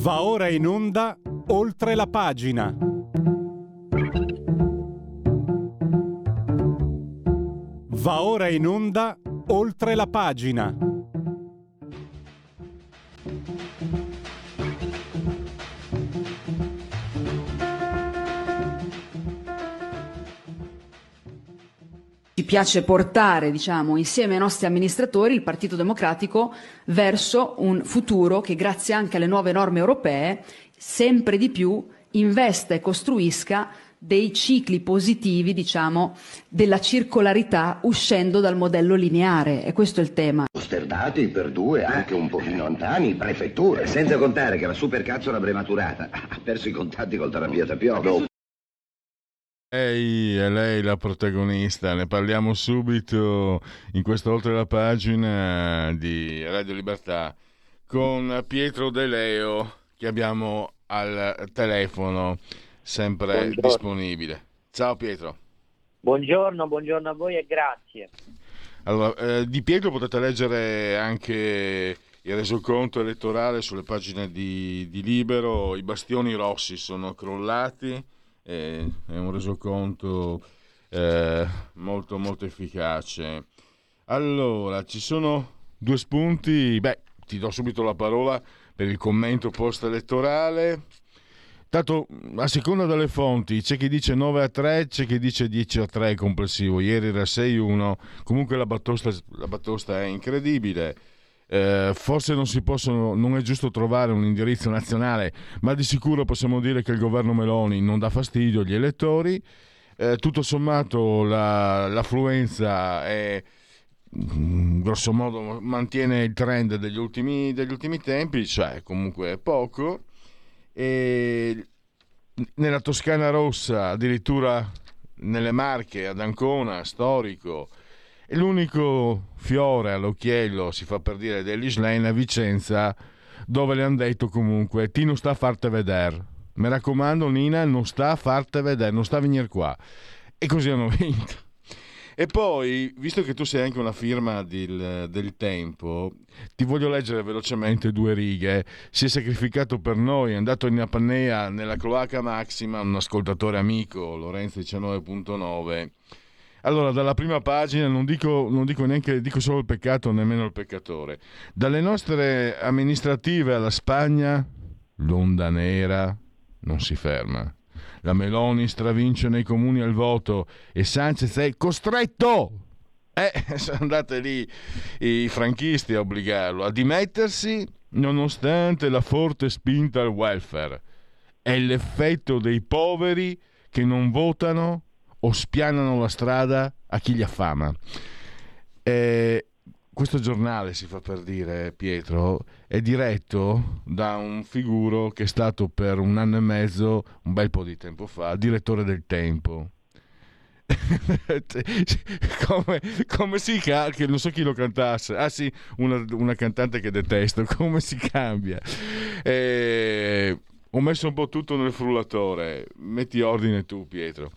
Va ora in onda Oltre la pagina. Va ora in onda Oltre la pagina. Ci piace portare, insieme ai nostri amministratori il Partito Democratico verso un futuro che, grazie anche alle nuove norme europee, sempre di più investa e costruisca dei cicli positivi, della circolarità, uscendo dal modello lineare. E questo è il tema. Osterdati per due, anche un pochino lontani, prefetture. Senza contare che la supercazzola prematurata ha perso i contatti col terapia tapioca. Ehi, è lei la protagonista, ne parliamo subito in questa Oltre la pagina di Radio Libertà con Pietro De Leo che abbiamo al telefono, sempre disponibile. Ciao Pietro. Buongiorno a voi e grazie. Allora, di Pietro potete leggere anche il resoconto elettorale sulle pagine di Libero. I bastioni rossi sono crollati. È un resoconto molto molto efficace. Allora, ci sono due spunti. Ti do subito la parola per il commento post elettorale. Tanto a seconda delle fonti c'è chi dice 9-3, c'è chi dice 10-3 complessivo. Ieri era 6-1. Comunque la batosta è incredibile. Forse non è giusto trovare un indirizzo nazionale, ma di sicuro possiamo dire che il governo Meloni non dà fastidio agli elettori. Tutto sommato l'affluenza è grosso modo mantiene il trend degli ultimi tempi, cioè comunque è poco. E nella Toscana rossa, addirittura nelle Marche, ad Ancona, storico. E l'unico fiore all'occhiello, si fa per dire, dell'Islane a Vicenza, dove le hanno detto comunque ti non sta a farte vedere. Mi raccomando Nina, non sta a farte vedere, non sta a venire qua. E così hanno vinto. E poi, visto che tu sei anche una firma del Tempo, ti voglio leggere velocemente due righe. Si è sacrificato per noi, è andato in apnea nella cloaca maxima, un ascoltatore amico, Lorenzo 19.9. Allora, dalla prima pagina non dico neanche, dico solo il peccato, nemmeno il peccatore. Dalle nostre amministrative alla Spagna, l'onda nera non si ferma. La Meloni stravince nei comuni al voto e Sanchez è costretto. Sono andate lì i franchisti a obbligarlo a dimettersi nonostante la forte spinta al welfare. È l'effetto dei poveri che non votano o spianano la strada a chi li affama. Questo giornale, si fa per dire, Pietro, è diretto da un figuro che è stato per 1 anno e mezzo, un bel po' di tempo fa, direttore del Tempo. come si cambia, non so chi lo cantasse. Ah sì, una cantante che detesto. Come si cambia? Ho messo un po' tutto nel frullatore. Metti ordine tu, Pietro.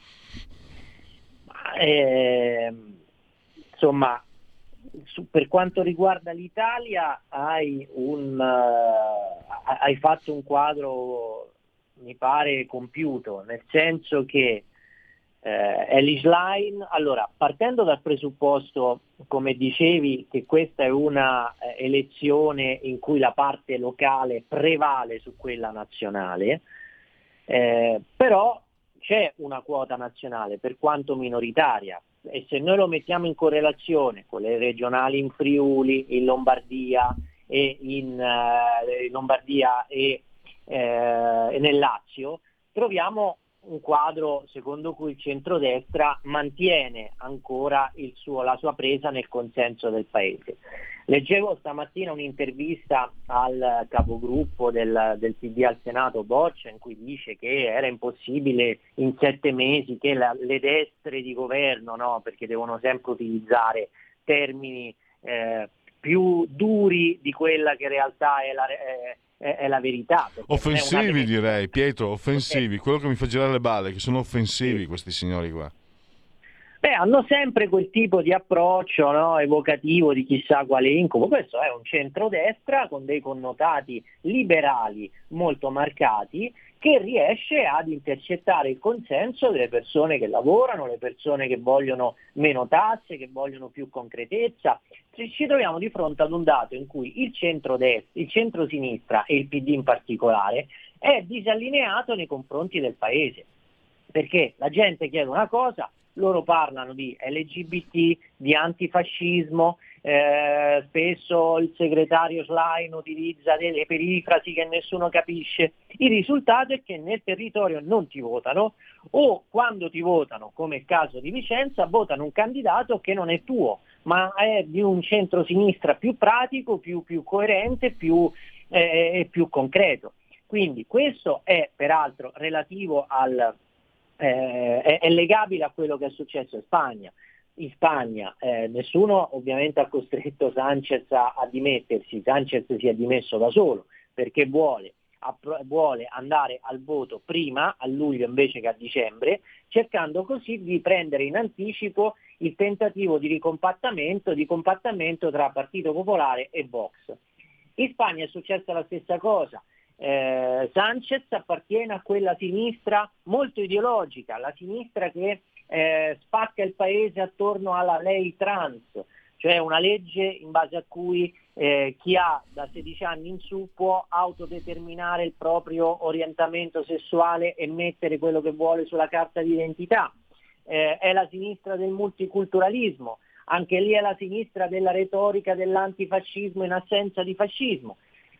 Insomma, per quanto riguarda l'Italia hai fatto un quadro, mi pare, compiuto, nel senso che Ellis Line, allora, partendo dal presupposto, come dicevi, che questa è una elezione in cui la parte locale prevale su quella nazionale, però c'è una quota nazionale, per quanto minoritaria, e se noi lo mettiamo in correlazione con le regionali in Friuli, in Lombardia e nel Lazio, troviamo un quadro secondo cui il centrodestra mantiene ancora la sua presa nel consenso del paese. Leggevo stamattina un'intervista al capogruppo del PD al Senato, Boccia, in cui dice che era impossibile in 7 mesi che le destre di governo, no, perché devono sempre utilizzare termini più duri di quella che in realtà è la verità. Offensivi, direi, Pietro, offensivi. Quello che mi fa girare le balle, che sono offensivi, sì. Questi signori qua. Beh, hanno sempre quel tipo di approccio, no, evocativo di chissà quale incubo. Questo è un centrodestra con dei connotati liberali molto marcati, che riesce ad intercettare il consenso delle persone che lavorano, le persone che vogliono meno tasse, che vogliono più concretezza. Ci troviamo di fronte ad un dato in cui il centrosinistra e il PD in particolare è disallineato nei confronti del paese, perché la gente chiede una cosa, loro parlano di LGBT, di antifascismo, spesso il segretario Schlein utilizza delle perifrasi che nessuno capisce. Il risultato è che nel territorio non ti votano, o quando ti votano, come il caso di Vicenza, votano un candidato che non è tuo, ma è di un centro-sinistra più pratico, più coerente, più concreto. Quindi questo è peraltro relativo è legabile a quello che è successo in Spagna. In Spagna nessuno ovviamente ha costretto Sánchez a dimettersi, Sánchez si è dimesso da solo perché vuole andare al voto prima, a luglio invece che a dicembre, cercando così di prendere in anticipo il tentativo di compattamento tra Partito Popolare e Vox. In Spagna è successa la stessa cosa. Sánchez appartiene a quella sinistra molto ideologica, la sinistra che spacca il paese attorno alla lei trans, cioè una legge in base a cui chi ha da 16 anni in su può autodeterminare il proprio orientamento sessuale e mettere quello che vuole sulla carta d'identità. È la sinistra del multiculturalismo, anche lì è la sinistra della retorica dell'antifascismo in assenza di fascismo.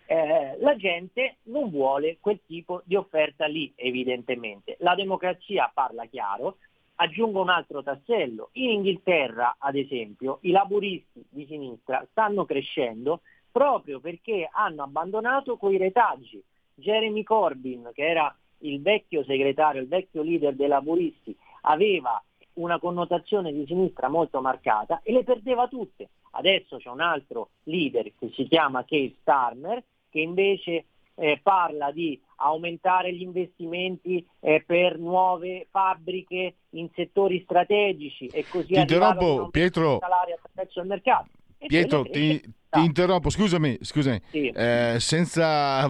La gente non vuole quel tipo di offerta lì, evidentemente. La democrazia parla chiaro. Aggiungo un altro tassello. In Inghilterra, ad esempio, i laburisti di sinistra stanno crescendo proprio perché hanno abbandonato quei retaggi. Jeremy Corbyn, che era il vecchio segretario, il vecchio leader dei laburisti, aveva una connotazione di sinistra molto marcata e le perdeva tutte. Adesso c'è un altro leader che si chiama Keir Starmer, che invece parla di aumentare gli investimenti per nuove fabbriche in settori strategici e così arrivare a un aumento dei salari attraverso il mercato. Pietro, ti interrompo, scusami, sì. senza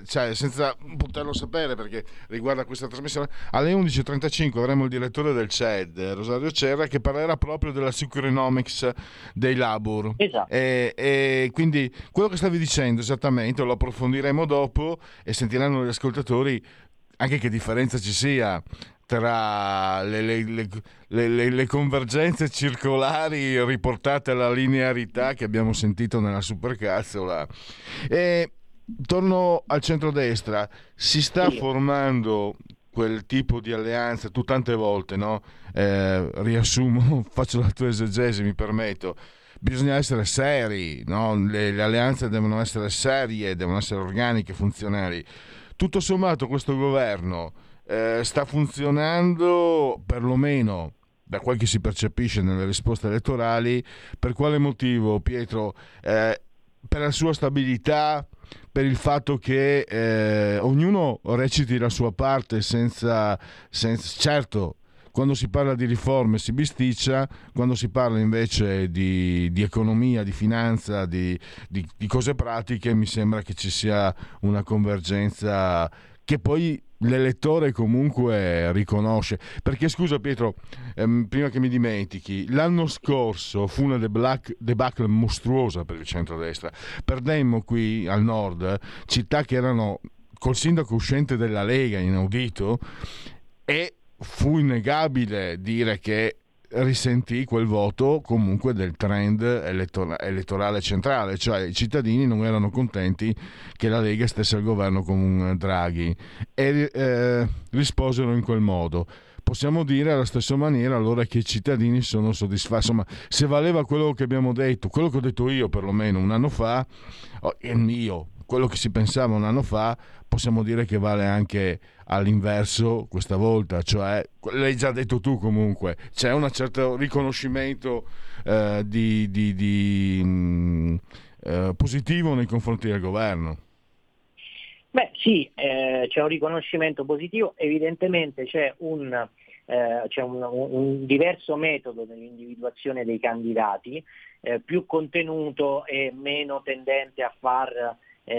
poterlo sapere perché riguarda questa trasmissione. Alle 11.35 avremo il direttore del CED, Rosario Cerra, che parlerà proprio della Sucronomics dei Labor. Esatto. E quindi quello che stavi dicendo esattamente lo approfondiremo dopo e sentiranno gli ascoltatori anche che differenza ci sia tra le convergenze circolari riportate alla linearità che abbiamo sentito nella supercazzola. E torno al centrodestra, si sta formando quel tipo di alleanza, tu tante volte, no? Riassumo, faccio la tua esegesi, mi permetto. Bisogna essere seri, no? Le alleanze devono essere serie, devono essere organiche, funzionali. Tutto sommato questo governo sta funzionando, perlomeno da quel che si percepisce nelle risposte elettorali. Per quale motivo, Pietro? Per la sua stabilità, per il fatto che ognuno reciti la sua parte senza certo, quando si parla di riforme si bisticcia, quando si parla invece di economia, di finanza, di cose pratiche, mi sembra che ci sia una convergenza che poi l'elettore comunque riconosce. Perché scusa Pietro, prima che mi dimentichi, l'anno scorso fu una debacle mostruosa per il centrodestra. Perdemmo qui al nord città che erano col sindaco uscente della Lega inaudito, e fu innegabile dire che risentì quel voto comunque del trend elettorale centrale, cioè i cittadini non erano contenti che la Lega stesse al governo con un Draghi e risposero in quel modo. Possiamo dire alla stessa maniera allora che i cittadini sono soddisfatti. Insomma, se valeva quello che abbiamo detto, quello che ho detto io perlomeno un anno fa, quello che si pensava un anno fa, possiamo dire che vale anche all'inverso questa volta, cioè l'hai già detto tu comunque, c'è un certo riconoscimento positivo nei confronti del governo. Beh sì, c'è un riconoscimento positivo, evidentemente c'è un c'è un diverso metodo nell'individuazione dei candidati, più contenuto e meno tendente a far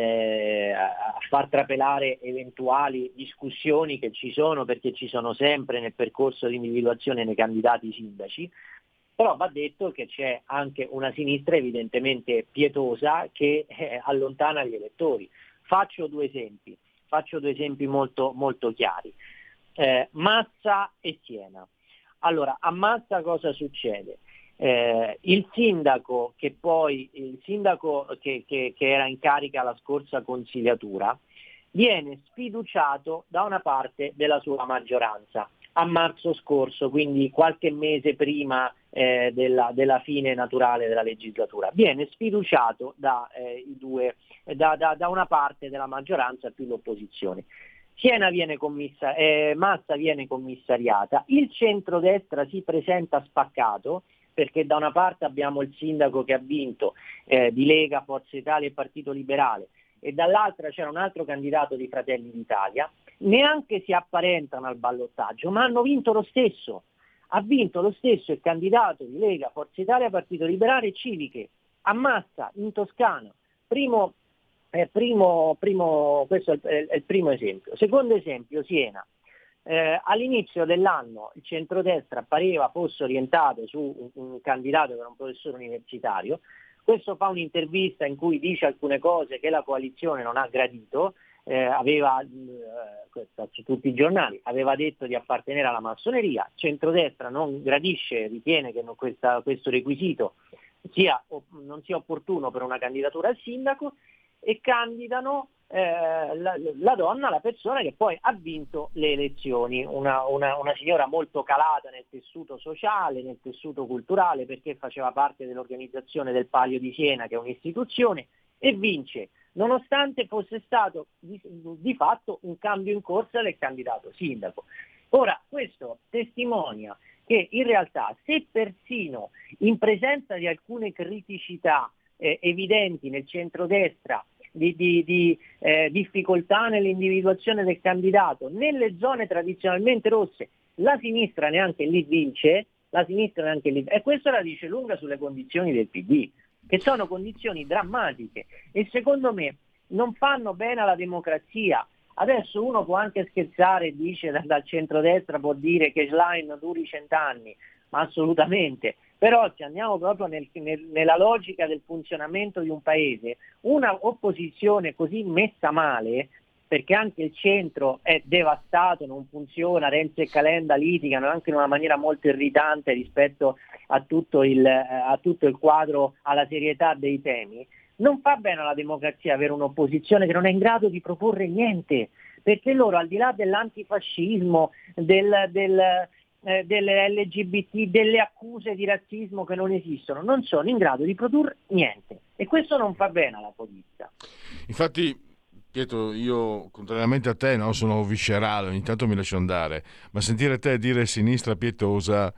trapelare eventuali discussioni che ci sono, perché ci sono sempre nel percorso di individuazione dei candidati sindaci. Però va detto che c'è anche una sinistra evidentemente pietosa che allontana gli elettori. Faccio due esempi molto, molto chiari. Massa e Siena. Allora, a Massa cosa succede? Il sindaco che era in carica alla scorsa consigliatura viene sfiduciato da una parte della sua maggioranza a marzo scorso, quindi qualche mese prima della fine naturale della legislatura. Viene sfiduciato da una parte della maggioranza più l'opposizione. Massa viene commissariata, il centrodestra si presenta spaccato, perché da una parte abbiamo il sindaco che ha vinto di Lega, Forza Italia e Partito Liberale, e dall'altra c'era un altro candidato di Fratelli d'Italia, neanche si apparentano al ballottaggio, ma hanno vinto lo stesso. Ha vinto lo stesso il candidato di Lega, Forza Italia, Partito Liberale e Civiche, a Massa, in Toscana. Questo è il primo esempio. Secondo esempio, Siena. All'inizio dell'anno il centrodestra pareva fosse orientato su un candidato che era un professore universitario. Questo fa un'intervista in cui dice alcune cose che la coalizione non ha gradito, su tutti i giornali, aveva detto di appartenere alla massoneria, centrodestra non gradisce, ritiene che questo requisito non sia opportuno per una candidatura al sindaco, e candidano la persona che poi ha vinto le elezioni, una signora molto calata nel tessuto sociale, nel tessuto culturale, perché faceva parte dell'organizzazione del Palio di Siena, che è un'istituzione, e vince, nonostante fosse stato di fatto un cambio in corsa del candidato sindaco. Ora, questo testimonia che in realtà, se persino in presenza di alcune criticità evidenti nel centrodestra, di difficoltà nell'individuazione del candidato, nelle zone tradizionalmente rosse, la sinistra neanche lì vince, e questo la dice lunga sulle condizioni del PD, che sono condizioni drammatiche e secondo me non fanno bene alla democrazia. Adesso uno può anche scherzare e dice dal centrodestra può dire che Schlein duri 100 anni, ma assolutamente. Però se andiamo proprio nella logica del funzionamento di un paese, una opposizione così messa male, perché anche il centro è devastato, non funziona, Renzi e Calenda litigano anche in una maniera molto irritante rispetto a tutto il quadro, alla serietà dei temi, non fa bene alla democrazia avere un'opposizione che non è in grado di proporre niente, perché loro, al di là dell'antifascismo, delle LGBT, delle accuse di razzismo che non esistono, non sono in grado di produrre niente, e questo non fa bene alla politica. Infatti, Pietro, io contrariamente a te sono viscerale, ogni tanto mi lascio andare, ma sentire te dire sinistra pietosa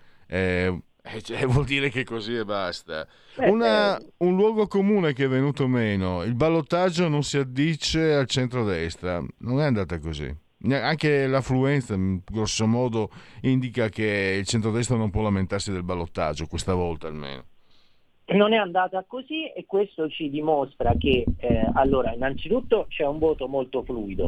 vuol dire che così e basta. Un luogo comune che è venuto meno: il ballottaggio non si addice al centrodestra, non è andata così. Anche l'affluenza grosso modo indica che il centrodestra non può lamentarsi del ballottaggio, questa volta almeno. Non è andata così, e questo ci dimostra che allora innanzitutto c'è un voto molto fluido,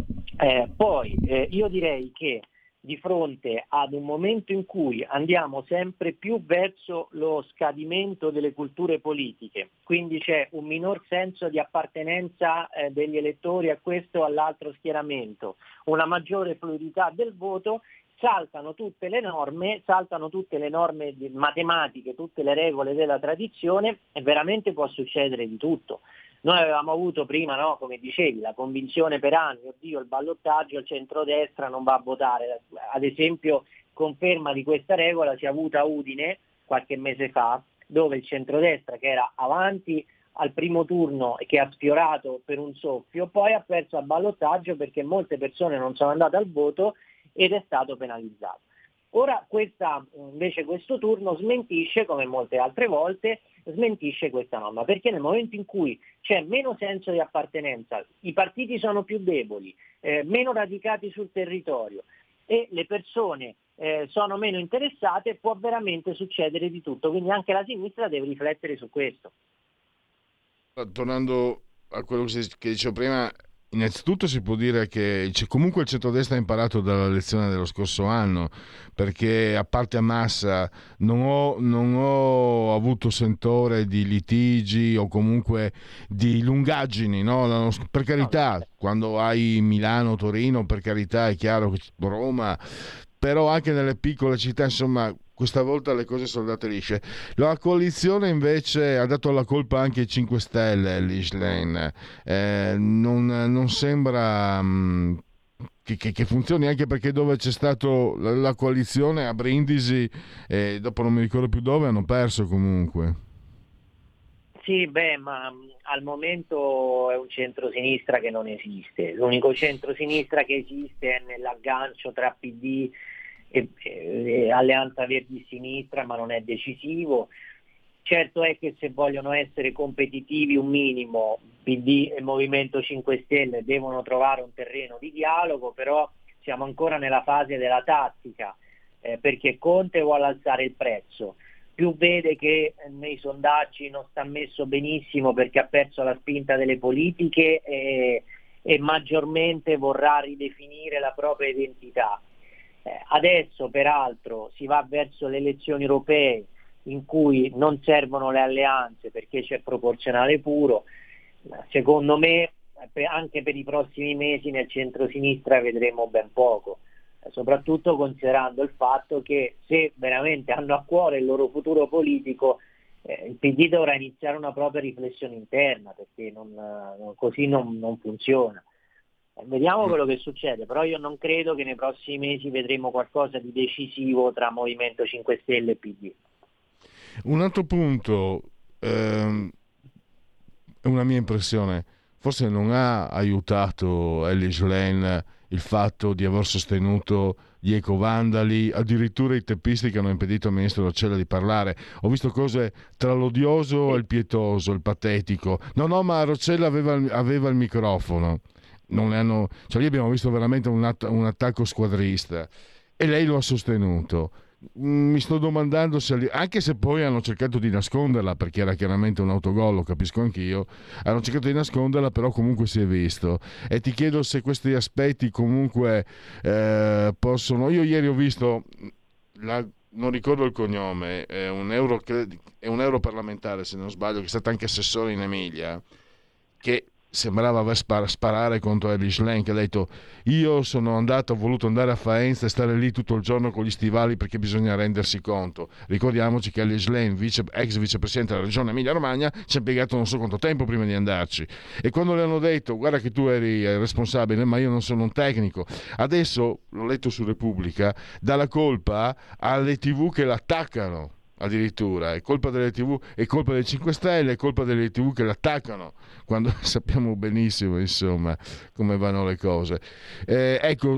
poi io direi che di fronte ad un momento in cui andiamo sempre più verso lo scadimento delle culture politiche, quindi c'è un minor senso di appartenenza degli elettori a questo o all'altro schieramento, una maggiore fluidità del voto, saltano tutte le norme matematiche, tutte le regole della tradizione, e veramente può succedere di tutto. Noi avevamo avuto prima, come dicevi, la convinzione per anni, oddio, il ballottaggio, il centrodestra non va a votare. Ad esempio, conferma di questa regola si è avuta a Udine qualche mese fa, dove il centrodestra, che era avanti al primo turno e che ha sfiorato per un soffio, poi ha perso al ballottaggio perché molte persone non sono andate al voto ed è stato penalizzato. Ora invece questo turno smentisce, come molte altre volte, smentisce questa norma, perché nel momento in cui c'è meno senso di appartenenza, i partiti sono più deboli, meno radicati sul territorio, e le persone sono meno interessate, può veramente succedere di tutto, quindi anche la sinistra deve riflettere su questo. Tornando a quello che dicevo prima, innanzitutto si può dire che comunque il centrodestra ha imparato dalla lezione dello scorso anno, perché a parte Massa non ho avuto sentore di litigi o comunque di lungaggini, no? Per carità, quando hai Milano, Torino, per carità è chiaro che Roma, però anche nelle piccole città, insomma, questa volta le cose sono andate lisce. La coalizione invece ha dato la colpa anche ai 5 Stelle, l'Islen. Non sembra che funzioni, anche perché dove c'è stata la coalizione a Brindisi, dopo non mi ricordo più dove, hanno perso comunque. Sì, ma al momento è un centrosinistra che non esiste. L'unico centrosinistra che esiste è nell'aggancio tra PD e Alleanza Verdi Sinistra, ma non è decisivo. Certo è che se vogliono essere competitivi un minimo, PD e Movimento 5 Stelle devono trovare un terreno di dialogo, però siamo ancora nella fase della tattica, perché Conte vuole alzare il prezzo. Più vede che nei sondaggi non sta messo benissimo perché ha perso la spinta delle politiche e maggiormente vorrà ridefinire la propria identità. Adesso peraltro si va verso le elezioni europee in cui non servono le alleanze perché c'è proporzionale puro. Secondo me anche per i prossimi mesi nel centro-sinistra vedremo ben poco, soprattutto considerando il fatto che se veramente hanno a cuore il loro futuro politico, il PD dovrà iniziare una propria riflessione interna, perché così non funziona. Vediamo quello che succede, però io non credo che nei prossimi mesi vedremo qualcosa di decisivo tra Movimento 5 Stelle e PD. Un altro punto, è una mia impressione, forse non ha aiutato Elly Schlein il fatto di aver sostenuto gli ecovandali, addirittura i teppisti che hanno impedito al ministro Roccella di parlare. Ho visto cose tra l'odioso e il pietoso, il patetico. No, ma Roccella aveva il microfono. Non le hanno, cioè lì abbiamo visto veramente un attacco squadrista e lei lo ha sostenuto. Mi sto domandando se, anche se poi hanno cercato di nasconderla, perché era chiaramente un autogol, lo capisco anch'io, hanno cercato di nasconderla, però comunque si è visto. E ti chiedo se questi aspetti comunque possono. Io ieri ho visto non ricordo il cognome, è un europarlamentare se non sbaglio, che è stato anche assessore in Emilia, che sembrava aver sparare contro Elly Schlein, che ha detto: io ho voluto andare a Faenza e stare lì tutto il giorno con gli stivali perché bisogna rendersi conto. Ricordiamoci che Elly Schlein, ex vicepresidente della regione Emilia Romagna, ci ha impiegato non so quanto tempo prima di andarci, e quando le hanno detto: guarda che tu eri responsabile, ma io non sono un tecnico, adesso l'ho letto su Repubblica, dà la colpa alle TV che l'attaccano. Addirittura è colpa delle TV, è colpa dei 5 Stelle, è colpa delle TV che l'attaccano, quando sappiamo benissimo insomma come vanno le cose. Ecco,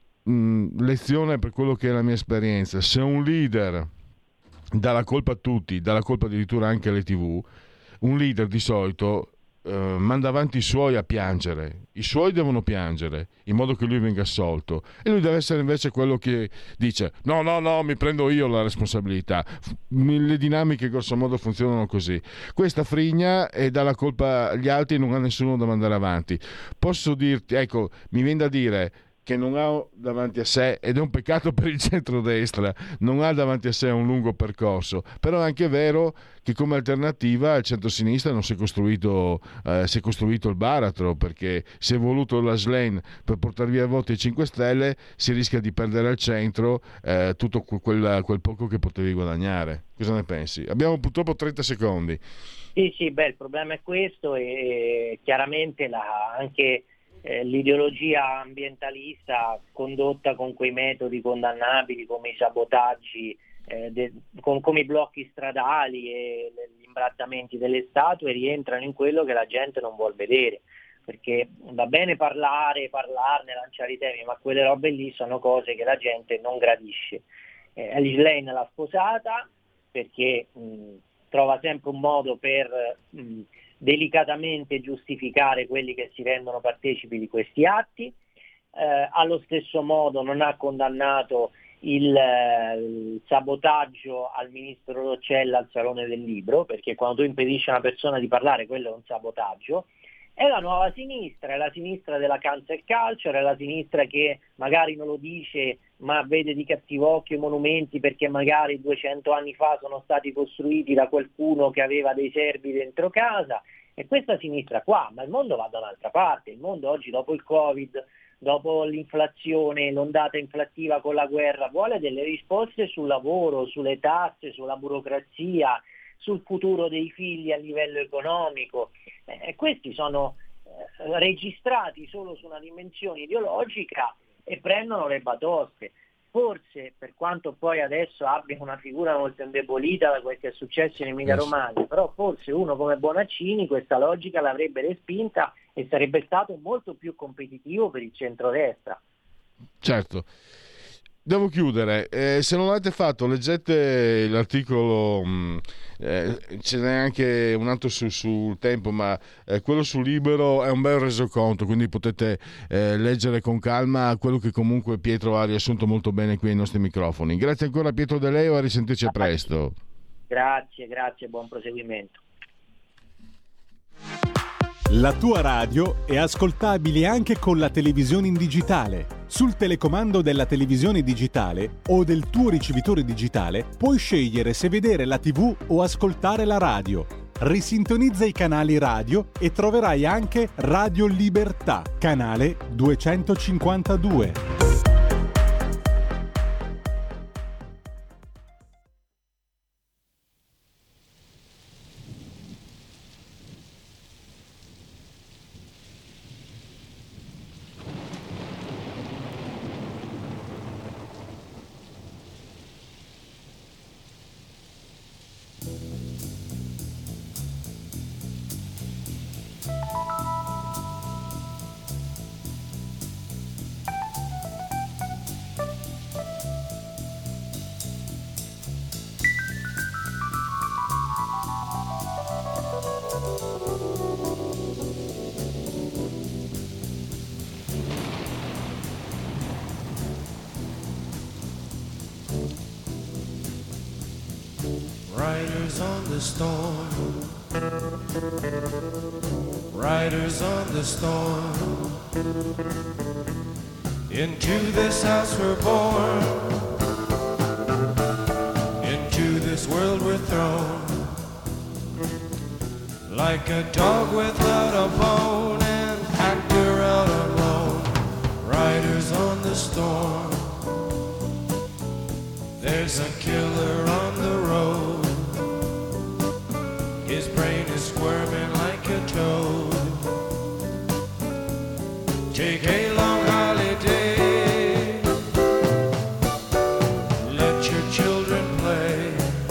lezione per quello che è la mia esperienza: se un leader dà la colpa a tutti, dà la colpa addirittura anche alle TV, un leader di solito manda avanti i suoi a piangere, i suoi devono piangere in modo che lui venga assolto, e lui deve essere invece quello che dice: no, mi prendo io la responsabilità. Le dinamiche grosso modo funzionano così. Questa frigna e dà la colpa agli altri, non ha nessuno da mandare avanti. Posso dirti, ecco, mi viene da dire che non ha davanti a sé, ed è un peccato per il centrodestra, non ha davanti a sé un lungo percorso, però è anche vero che come alternativa il centrosinistra non si è costruito il baratro, perché si è voluto la Schlein per portare via voti ai 5 Stelle, si rischia di perdere al centro tutto quel poco che potevi guadagnare. Cosa ne pensi? Abbiamo purtroppo 30 secondi. Sì, il problema è questo, e chiaramente anche l'ideologia ambientalista condotta con quei metodi condannabili come i sabotaggi, come i blocchi stradali e gli imbrattamenti delle statue rientrano in quello che la gente non vuol vedere, perché va bene parlarne, lanciare i temi, ma quelle robe lì sono cose che la gente non gradisce. Elly Schlein l'ha sposata perché trova sempre un modo per delicatamente giustificare quelli che si rendono partecipi di questi atti. Allo stesso modo non ha condannato il sabotaggio al ministro Roccella al Salone del Libro, perché quando tu impedisci a una persona di parlare, quello è un sabotaggio. È la nuova sinistra, è la sinistra della cancel culture, è la sinistra che magari non lo dice ma vede di cattivo occhio i monumenti perché magari 200 anni fa sono stati costruiti da qualcuno che aveva dei servi dentro casa. E questa sinistra qua, ma il mondo va da un'altra parte. Il mondo oggi, dopo il Covid, dopo l'inflazione, l'ondata inflattiva con la guerra, vuole delle risposte sul lavoro, sulle tasse, sulla burocrazia, sul futuro dei figli a livello economico. Questi sono registrati solo su una dimensione ideologica e prendono le batoste. Forse, per quanto poi adesso abbia una figura molto indebolita da quel che è successo in Emilia Romagna, però forse uno come Bonaccini questa logica l'avrebbe respinta e sarebbe stato molto più competitivo per il centrodestra. Certo. Devo chiudere. Se non l'avete fatto, leggete l'articolo, ce n'è anche un altro sul Tempo, ma quello sul Libero è un bel resoconto, quindi potete leggere con calma quello che comunque Pietro ha riassunto molto bene qui ai nostri microfoni. Grazie ancora Pietro De Leo, a risentirci presto. Grazie, buon proseguimento. La tua radio è ascoltabile anche con la televisione in digitale. Sul telecomando della televisione digitale o del tuo ricevitore digitale puoi scegliere se vedere la TV o ascoltare la radio. Risintonizza i canali radio e troverai anche Radio Libertà, canale 252. Riders on the storm, riders on the storm. Into this house we're born, into this world we're thrown. Like a dog without a bone, an actor out alone. Riders on the storm. There's a killer on the road. His brain is squirming like a toad. Take a long holiday. Let your children play.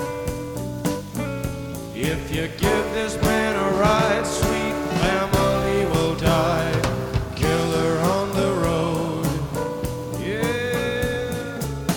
If you give this man a ride, sweet family will die. Killer on the road. Yeah.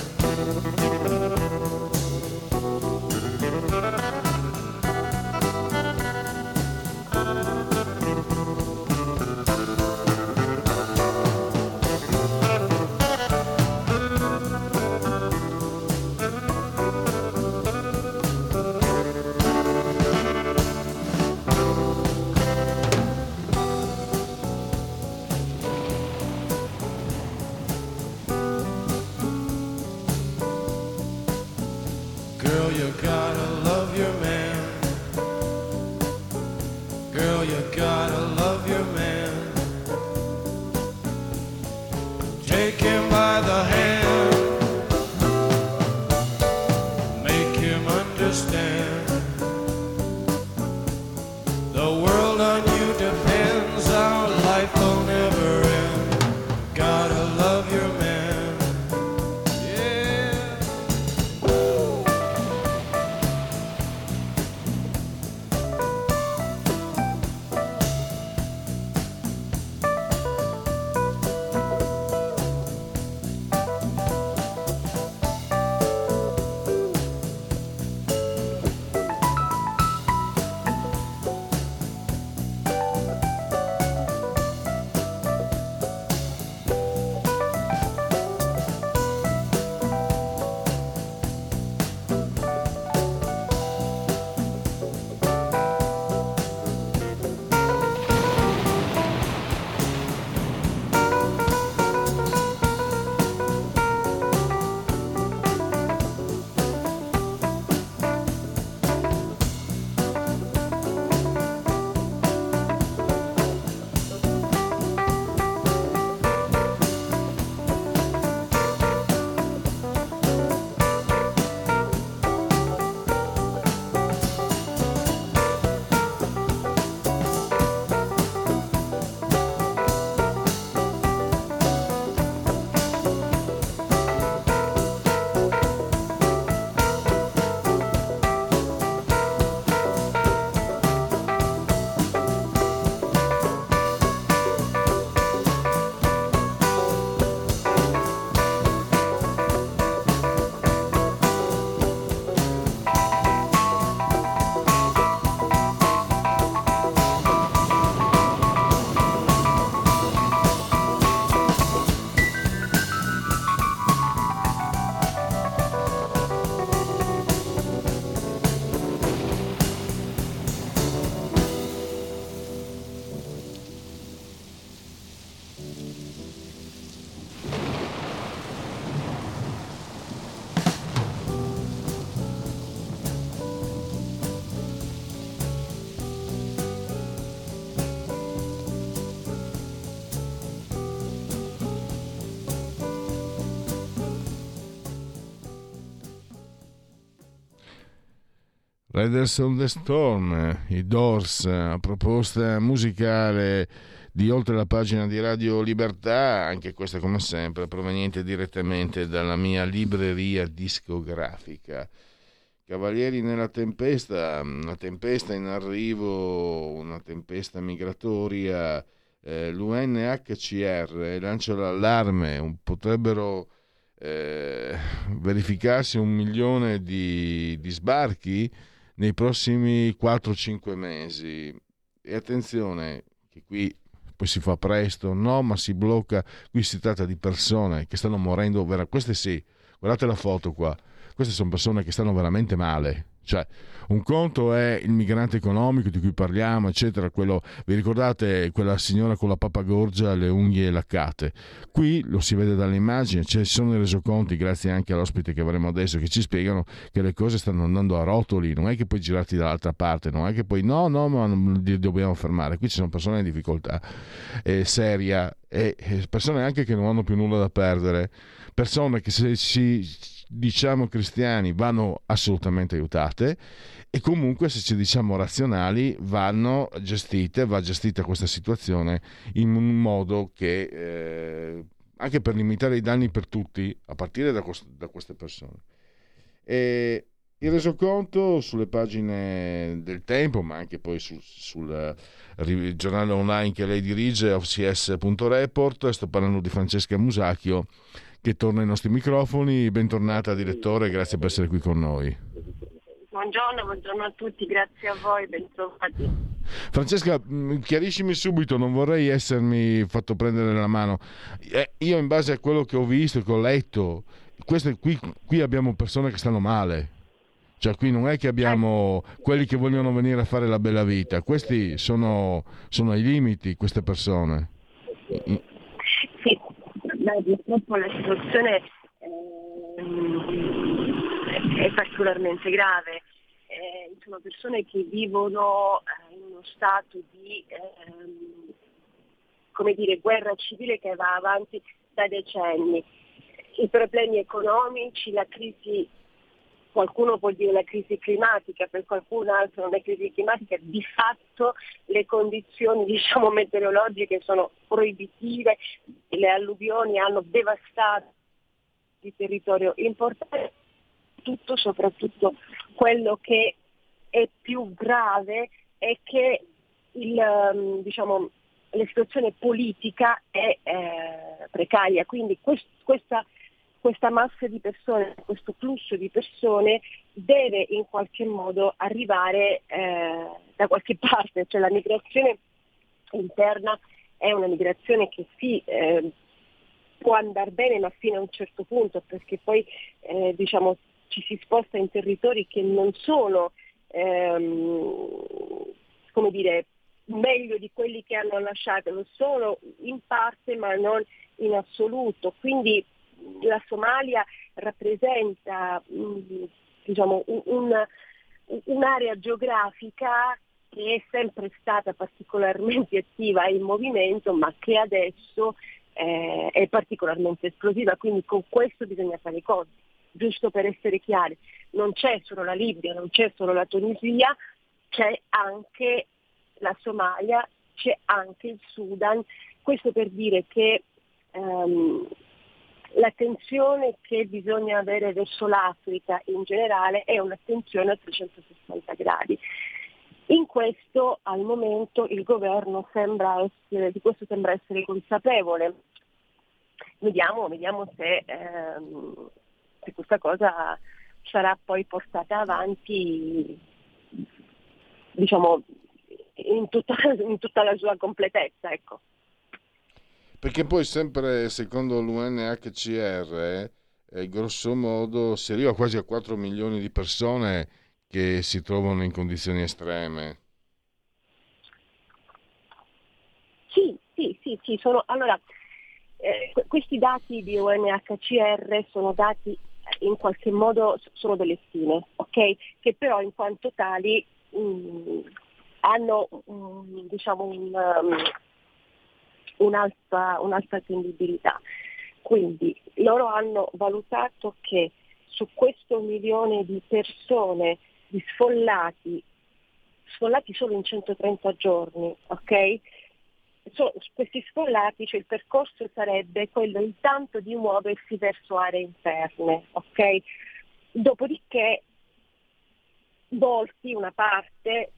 Girl, you gotta love your man. Girl, you gotta love your man. Take him by the hand. Make him understand. The world on you depends. Our life will never end. Gotta love your man. Riders on the Storm, i Doors, proposta musicale di Oltre la pagina di Radio Libertà, anche questa come sempre proveniente direttamente dalla mia libreria discografica. Cavalieri nella tempesta, una tempesta in arrivo, una tempesta migratoria, l'UNHCR lancia l'allarme, potrebbero verificarsi 1 milione di sbarchi nei prossimi 4-5 mesi. E attenzione che qui poi si fa presto, no, ma si blocca. Qui si tratta di persone che stanno morendo, queste sì, guardate la foto qua, queste sono persone che stanno veramente male. Cioè, un conto è il migrante economico di cui parliamo, eccetera, quello, vi ricordate quella signora con la pappagorgia, le unghie laccate? Qui lo si vede dalle immagini, ci sono i resoconti, grazie anche all'ospite che avremo adesso, che ci spiegano che le cose stanno andando a rotoli, non è che poi girarti dall'altra parte, non è che poi no, ma non li dobbiamo fermare. Qui ci sono persone in difficoltà seria e persone anche che non hanno più nulla da perdere, persone che se si diciamo cristiani vanno assolutamente aiutate, e comunque se ci diciamo razionali va gestita questa situazione in un modo che anche per limitare i danni per tutti, a partire da queste persone. E il resoconto sulle pagine del Tempo, ma anche poi sul giornale online che lei dirige, ofcs.report. Sto parlando di Francesca Musacchio, che torna ai nostri microfoni. Bentornata direttore, grazie per essere qui con noi. Buongiorno a tutti, grazie a voi, bentrovati. Francesca, chiariscimi subito, non vorrei essermi fatto prendere la mano. Io in base a quello che ho visto e che ho letto, qui abbiamo persone che stanno male. Cioè qui non è che abbiamo quelli che vogliono venire a fare la bella vita, questi sono ai limiti, queste persone. Sì, purtroppo la situazione è particolarmente grave. Sono persone che vivono in uno stato di guerra civile che va avanti da decenni. I problemi economici, la crisi, qualcuno può dire la crisi climatica, per qualcun altro non è crisi climatica, di fatto le condizioni meteorologiche sono proibitive, le alluvioni hanno devastato il territorio importante, soprattutto quello che è più grave è che la situazione politica è precaria, quindi questa massa di persone, questo flusso di persone deve in qualche modo arrivare da qualche parte, cioè la migrazione interna è una migrazione che sì, può andare bene ma fino a un certo punto, perché poi ci si sposta in territori che non sono meglio di quelli che hanno lasciato, lo sono in parte ma non in assoluto, quindi la Somalia rappresenta un'area geografica che è sempre stata particolarmente attiva e in movimento, ma che adesso è particolarmente esplosiva, quindi con questo bisogna fare i conti. Giusto per essere chiari, non c'è solo la Libia, non c'è solo la Tunisia, c'è anche la Somalia, c'è anche il Sudan, questo per dire che l'attenzione che bisogna avere verso l'Africa in generale è un'attenzione a 360 gradi. In questo al momento il governo sembra essere consapevole. Vediamo se questa cosa sarà poi portata avanti in tutta la sua completezza, ecco. Perché poi sempre secondo l'UNHCR grosso modo si arriva quasi a 4 milioni di persone che si trovano in condizioni estreme. Sì, allora questi dati di UNHCR sono dati in qualche modo, sono delle stime, ok? Che però in quanto tali hanno un'alta attendibilità. Quindi loro hanno valutato che su questo 1 milione di persone di sfollati solo in 130 giorni, ok? Questi sfollati, cioè il percorso sarebbe quello intanto di muoversi verso aree interne, ok? Dopodiché molti, una parte,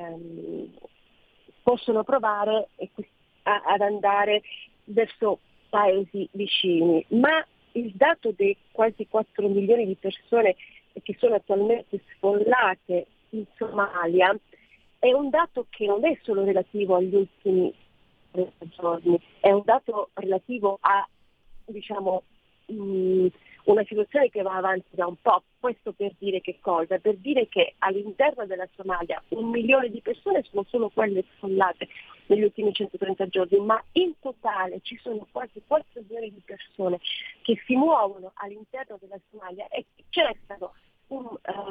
possono provare ad andare verso paesi vicini, ma il dato dei quasi 4 milioni di persone che sono attualmente sfollate in Somalia è un dato che non è solo relativo agli ultimi 30 giorni, è un dato relativo a, diciamo, una situazione che va avanti da un po'. Questo per dire che cosa? Per dire che all'interno della Somalia 1 milione di persone sono solo quelle sfollate negli ultimi 130 giorni, ma in totale ci sono quasi 4 milioni di persone che si muovono all'interno della Somalia e che cercano un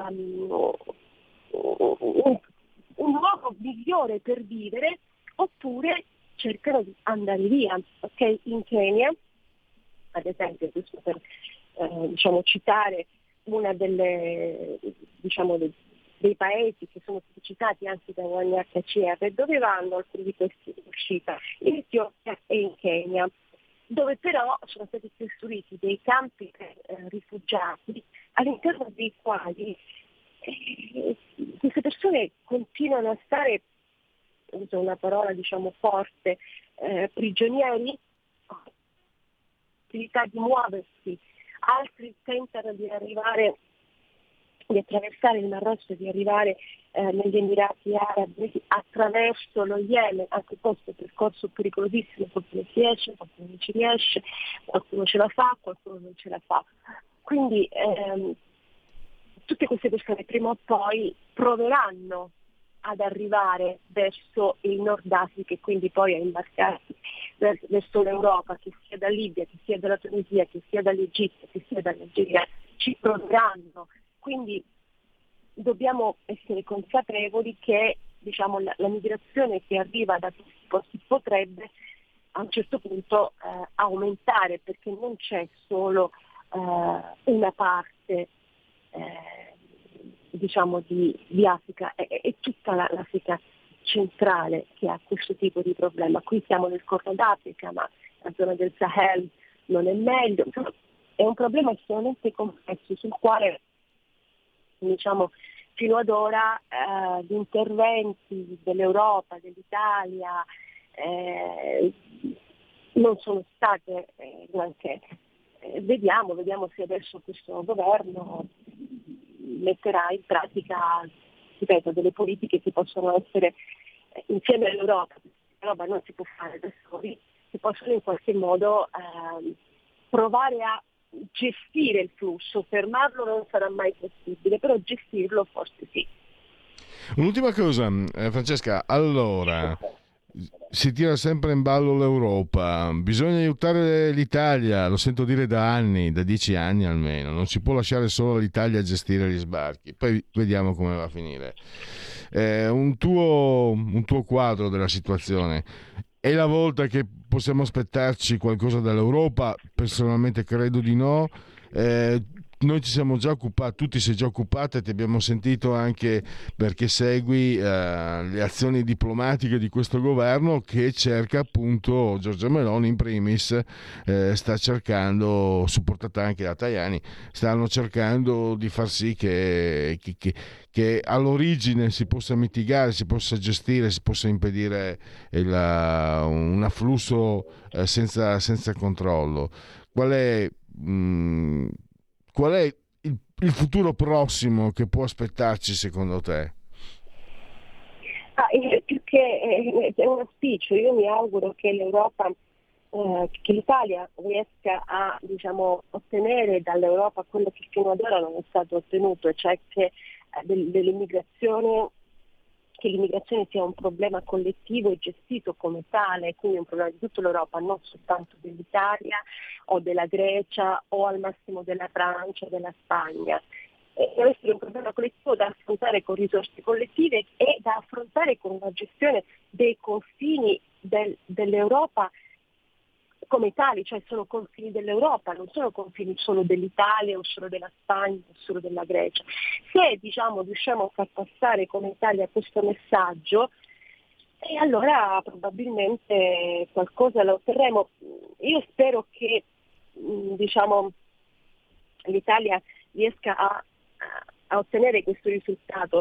luogo migliore per vivere, oppure cercano di andare via. Ok? In Kenya, ad esempio, giusto per citare una dei paesi che sono stati citati anche da UNHCR, dove vanno alcuni di questi uscita? In Etiopia e in Kenya, dove però sono stati costruiti dei campi per rifugiati, all'interno dei quali queste persone continuano a stare, uso una parola forte, prigionieri, possibilità di muoversi. Altri tentano di attraversare il Mar Rosso e di arrivare negli Emirati Arabi attraverso lo Yemen. Anche questo percorso pericolosissimo, qualcuno ci riesce, qualcuno non ci riesce, qualcuno ce la fa, qualcuno non ce la fa. Quindi tutte queste persone prima o poi proveranno ad arrivare verso il Nord Africa e quindi poi a imbarcarsi verso l'Europa, che sia da Libia, che sia dalla Tunisia, che sia dall'Egitto, che sia dall'Algeria, ci proveranno. Quindi dobbiamo essere consapevoli che la migrazione che arriva da questi posti potrebbe a un certo punto aumentare, perché non c'è solo una parte di Africa, è tutta l'Africa centrale che ha questo tipo di problema. Qui siamo nel Corno d'Africa, ma la zona del Sahel non è meglio. È un problema estremamente complesso sul quale fino ad ora gli interventi dell'Europa, dell'Italia non sono state granché. Vediamo se adesso questo governo metterà in pratica, ripeto, delle politiche che possono essere insieme all'Europa. L'Europa non si può fare da soli, si possono in qualche modo provare a gestire il flusso. Fermarlo non sarà mai possibile, però gestirlo forse sì. Un'ultima cosa, Francesca, allora si tira sempre in ballo l'Europa, bisogna aiutare l'Italia, lo sento dire da anni, da 10 anni almeno, non si può lasciare solo l'Italia a gestire gli sbarchi, poi vediamo come va a finire. Un tuo quadro della situazione: è la volta che possiamo aspettarci qualcosa dall'Europa? Personalmente credo di no. Noi ci siamo già occupati, tu ti sei già occupata e ti abbiamo sentito anche perché segui le azioni diplomatiche di questo governo, che cerca, appunto, Giorgia Meloni in primis sta cercando, supportata anche da Tajani, stanno cercando di far sì che all'origine si possa mitigare, si possa gestire, si possa impedire un afflusso senza controllo. Qual è il futuro prossimo che può aspettarci secondo te? Più che è un auspicio, io mi auguro che l'Europa, che l'Italia riesca a ottenere dall'Europa quello che fino ad ora non è stato ottenuto, cioè che che l'immigrazione sia un problema collettivo e gestito come tale, quindi un problema di tutta l'Europa, non soltanto dell'Italia o della Grecia o al massimo della Francia o della Spagna. Deve essere un problema collettivo da affrontare con risorse collettive e da affrontare con una gestione dei confini dell'Europa come tali, cioè sono confini dell'Europa, non sono confini solo dell'Italia o solo della Spagna o solo della Grecia. Se riusciamo a far passare come Italia questo messaggio, e allora probabilmente qualcosa lo otterremo. Io spero che l'Italia riesca a ottenere questo risultato.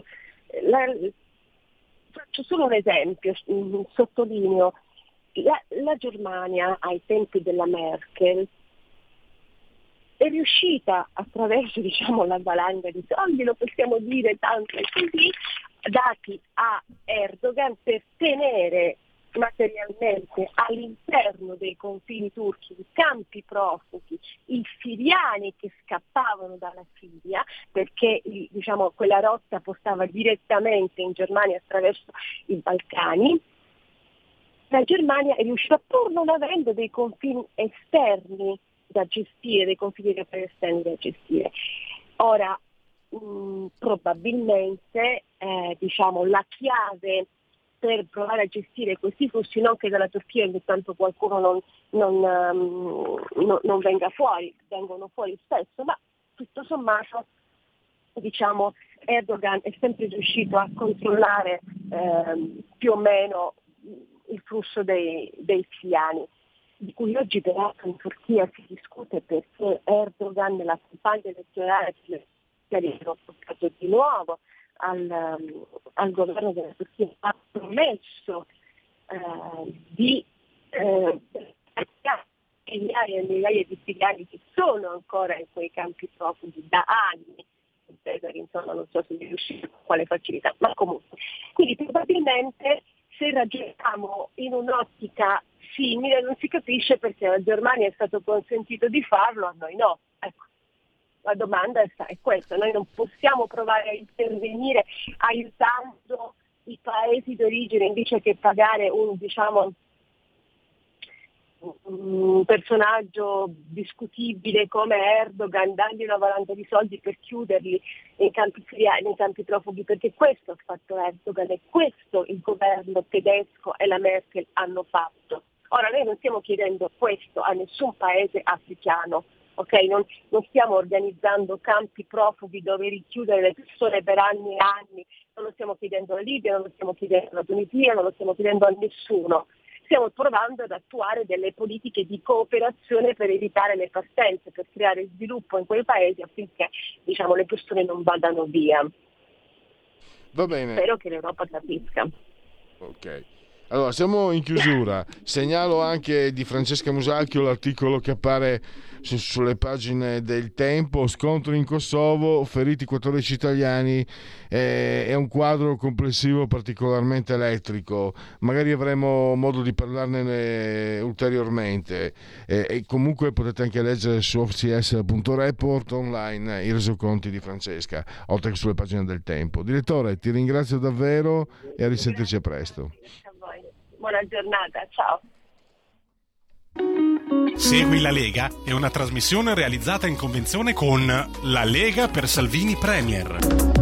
Faccio solo un esempio, sottolineo. La Germania ai tempi della Merkel è riuscita attraverso la valanga di soldi, lo possiamo dire tanto e così, dati a Erdogan per tenere materialmente all'interno dei confini turchi i campi profughi, i siriani che scappavano dalla Siria, perché quella rotta portava direttamente in Germania attraverso i Balcani. La Germania è riuscita, pur non avendo dei confini esterni da gestire, dei confini esterni da gestire. Ora, probabilmente la chiave per provare a gestire questi flussi, non che dalla Turchia ogni tanto qualcuno non venga fuori, vengono fuori spesso, ma tutto sommato Erdogan è sempre riuscito a controllare più o meno il flusso dei siriani, di cui oggi peraltro in Turchia si discute perché Erdogan nella campagna elettorale ha portato di nuovo al governo della Turchia, ha promesso di migliaia e migliaia di siriani che sono ancora in quei campi profughi da anni. Insomma, non so se è riuscito con quale facilità, ma comunque. Quindi probabilmente se ragioniamo in un'ottica simile non si capisce perché alla Germania è stato consentito di farlo, a noi no. Ecco, la domanda è questa, noi non possiamo provare a intervenire aiutando i paesi d'origine invece che pagare un personaggio discutibile come Erdogan, dargli una valanga di soldi per chiuderli nei campi siriani, nei campi profughi, perché questo ha fatto Erdogan e questo il governo tedesco e la Merkel hanno fatto. Ora noi non stiamo chiedendo questo a nessun paese africano, ok? Non stiamo organizzando campi profughi dove richiudere le persone per anni e anni, non lo stiamo chiedendo alla Libia, non lo stiamo chiedendo alla Tunisia, non lo stiamo chiedendo a nessuno. Stiamo provando ad attuare delle politiche di cooperazione per evitare le partenze, per creare sviluppo in quei paesi affinché le persone non vadano via. Va bene. Spero che l'Europa capisca. Ok. Allora, siamo in chiusura. Segnalo anche di Francesca Musacchio l'articolo che appare sulle pagine del Tempo: scontri in Kosovo, feriti 14 italiani, è un quadro complessivo particolarmente elettrico. Magari avremo modo di parlarne ulteriormente, e comunque potete anche leggere su ofcs.report online i resoconti di Francesca, oltre che sulle pagine del Tempo. Direttore, ti ringrazio davvero e a risentirci a presto. Buona giornata, ciao. Segui la Lega è una trasmissione realizzata in convenzione con La Lega per Salvini Premier.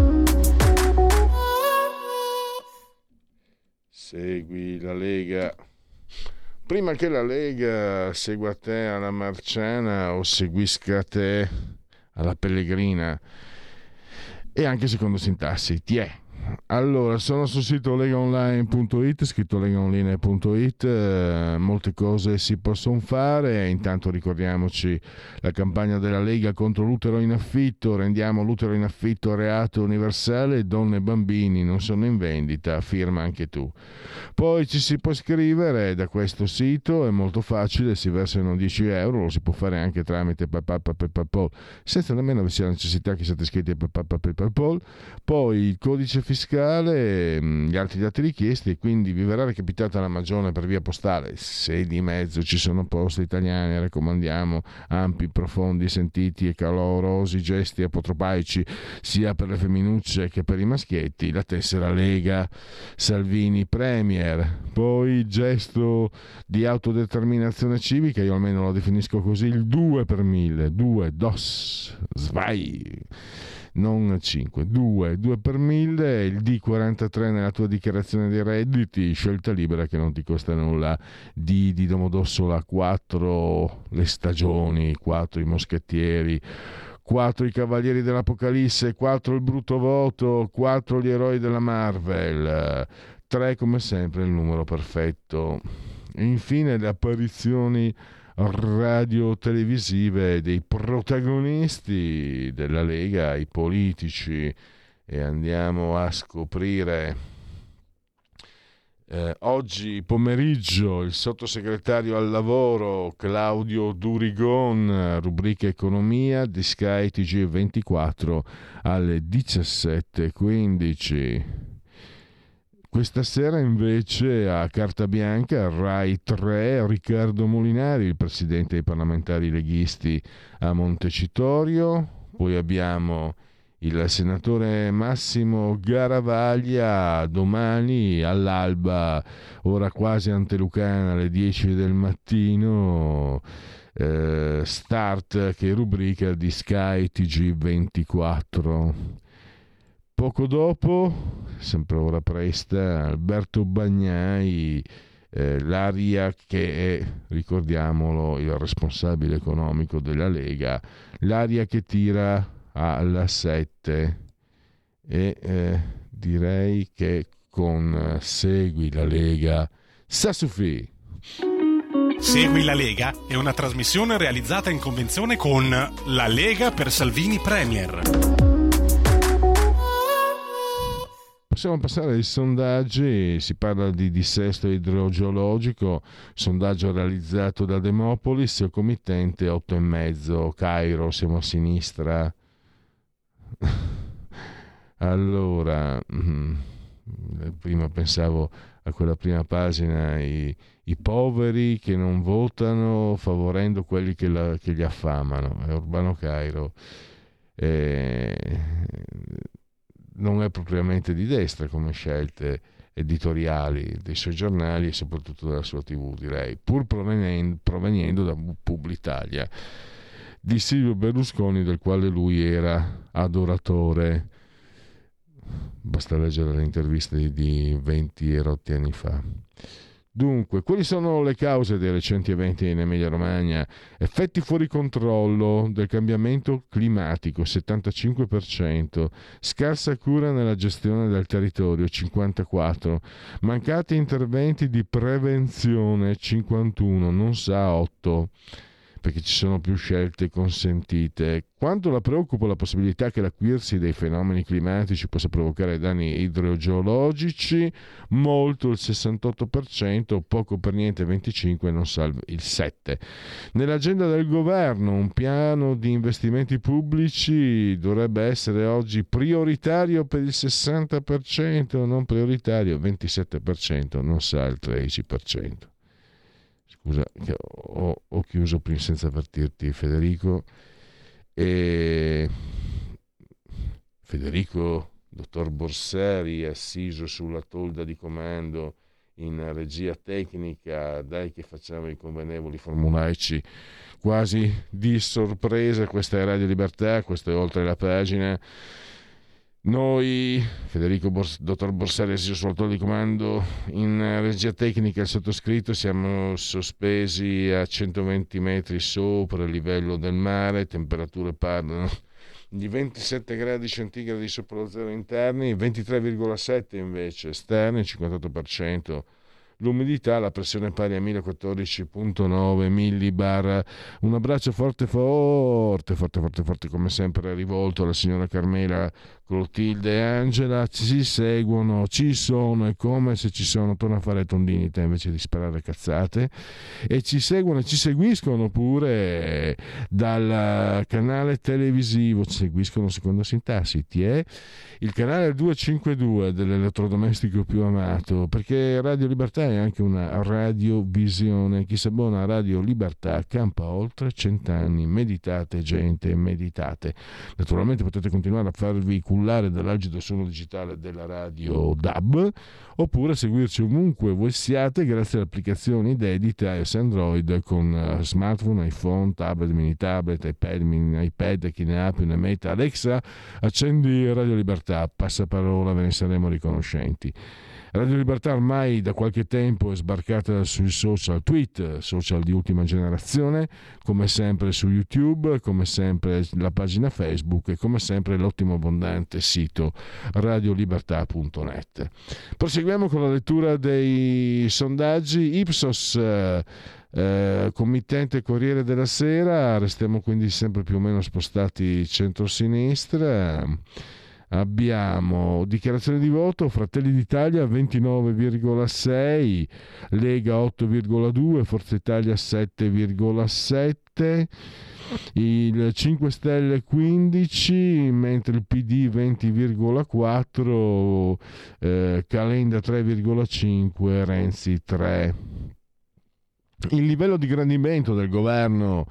Segui la Lega. Prima che la Lega segua te alla Marciana o seguisca te alla Pellegrina, e anche secondo sintassi, ti è. Allora, sono sul sito legaonline.it, scritto legaonline.it, molte cose si possono fare. Intanto ricordiamoci la campagna della Lega contro l'utero in affitto: rendiamo l'utero in affitto reato universale, donne e bambini non sono in vendita, firma anche tu. Poi ci si può iscrivere da questo sito, è molto facile, si versano 10 euro, lo si può fare anche tramite PayPal, senza nemmeno avere la necessità che siate iscritti a PayPal. Poi il codice fiscale, gli altri dati richiesti, e quindi vi verrà recapitata la magione per via postale. Se di mezzo ci sono poste italiane, raccomandiamo ampi, profondi, sentiti e calorosi gesti apotropaici sia per le femminucce che per i maschietti, la tessera Lega Salvini Premier. Poi il gesto di autodeterminazione civica, io almeno lo definisco così, il 2 per 1000, 2 dos svai. non 5, 2 per 1000, il D43 nella tua dichiarazione dei redditi, scelta libera che non ti costa nulla, D di Domodossola, 4 le stagioni, 4 i moschettieri, 4 i cavalieri dell'Apocalisse, 4 il brutto voto, 4 gli eroi della Marvel, 3 come sempre il numero perfetto. E infine le apparizioni radio-televisive dei protagonisti della Lega, i politici, e andiamo a scoprire oggi pomeriggio il sottosegretario al lavoro Claudio Durigon, rubrica economia di Sky TG24 alle 17:15. Questa sera invece a Carta Bianca, Rai 3, Riccardo Molinari, il presidente dei parlamentari leghisti a Montecitorio. Poi abbiamo il senatore Massimo Garavaglia domani all'alba, ora quasi antelucana, alle 10 del mattino, Start, che è rubrica di Sky TG24. Poco dopo, sempre ora presta, Alberto Bagnai, l'aria che è, ricordiamolo, il responsabile economico della Lega, l'aria che tira alla 7, e direi che con Segui la Lega Sassufi. Segui la Lega è una trasmissione realizzata in convenzione con La Lega per Salvini Premier. Possiamo passare ai sondaggi. Si parla di dissesto idrogeologico, sondaggio realizzato da Demopolis, committente 8,5, Cairo, siamo a sinistra. Allora, prima pensavo a quella prima pagina, i poveri che non votano favorendo quelli che li affamano, è Urbano Cairo. Non è propriamente di destra come scelte editoriali dei suoi giornali e soprattutto della sua TV, direi, pur proveniendo da Publitalia, di Silvio Berlusconi, del quale lui era adoratore. Basta leggere le interviste di 20 e rotti anni fa. Dunque, quali sono le cause dei recenti eventi in Emilia-Romagna? Effetti fuori controllo del cambiamento climatico, 75%, scarsa cura nella gestione del territorio, 54%, mancati interventi di prevenzione, 51%, non sa 8%, perché ci sono più scelte consentite. Quanto la preoccupa la possibilità che l'acuirsi dei fenomeni climatici possa provocare danni idrogeologici? Molto, il 68%, poco per niente, 25%, non sa il 7%. Nell'agenda del governo un piano di investimenti pubblici dovrebbe essere oggi prioritario per il 60%, non prioritario 27%, non sa il 13%. Scusa che ho chiuso prima senza avvertirti, Federico. E Federico, dottor Borsari, assiso sulla tolda di comando in regia tecnica, dai che facciamo i convenevoli formulaici quasi di sorpresa. Questa è Radio Libertà, questo è Oltre la Pagina. Noi, Federico dottor Borsari, assiso sulla tolda di comando in regia tecnica, il sottoscritto, siamo sospesi a 120 metri sopra il livello del mare, temperature parlano di 27 gradi centigradi sopra lo zero interni, 23,7 invece esterni, 58%. L'umidità, la pressione pari a 1014,9 millibar. Un abbraccio forte come sempre rivolto alla signora Carmela, Clotilde e Angela. Ci seguono, ci sono, è come se ci sono, torna a fare tondini te invece di sparare cazzate, e ci seguono e ci seguiscono pure dal canale televisivo, ci seguiscono secondo sintassi, il canale 252 dell'elettrodomestico più amato, perché Radio Libertà è anche una radiovisione. Chi si abbona a Radio Libertà campa oltre 100 anni. Meditate gente, meditate. Naturalmente potete continuare a farvi cullare dall'algido suono digitale della radio DAB, oppure seguirci ovunque voi siate grazie alle applicazioni dedite a iOS e Android con smartphone, iPhone, tablet, mini tablet, iPad, mini iPad, chi ne ha più ne metta. Alexa, accendi Radio Libertà, passaparola, ve ne saremo riconoscenti. Radio Libertà ormai da qualche tempo è sbarcata sui social, tweet, social di ultima generazione, come sempre su YouTube, come sempre la pagina Facebook e come sempre l'ottimo abbondante sito radiolibertà.net. Proseguiamo con la lettura dei sondaggi. Ipsos, committente Corriere della Sera, restiamo quindi sempre più o meno spostati centro-sinistra. Abbiamo dichiarazione di voto: Fratelli d'Italia 29,6, Lega 8,2, Forza Italia 7,7, il 5 Stelle 15, mentre il PD 20,4, Calenda 3,5, Renzi 3. Il livello di gradimento del governo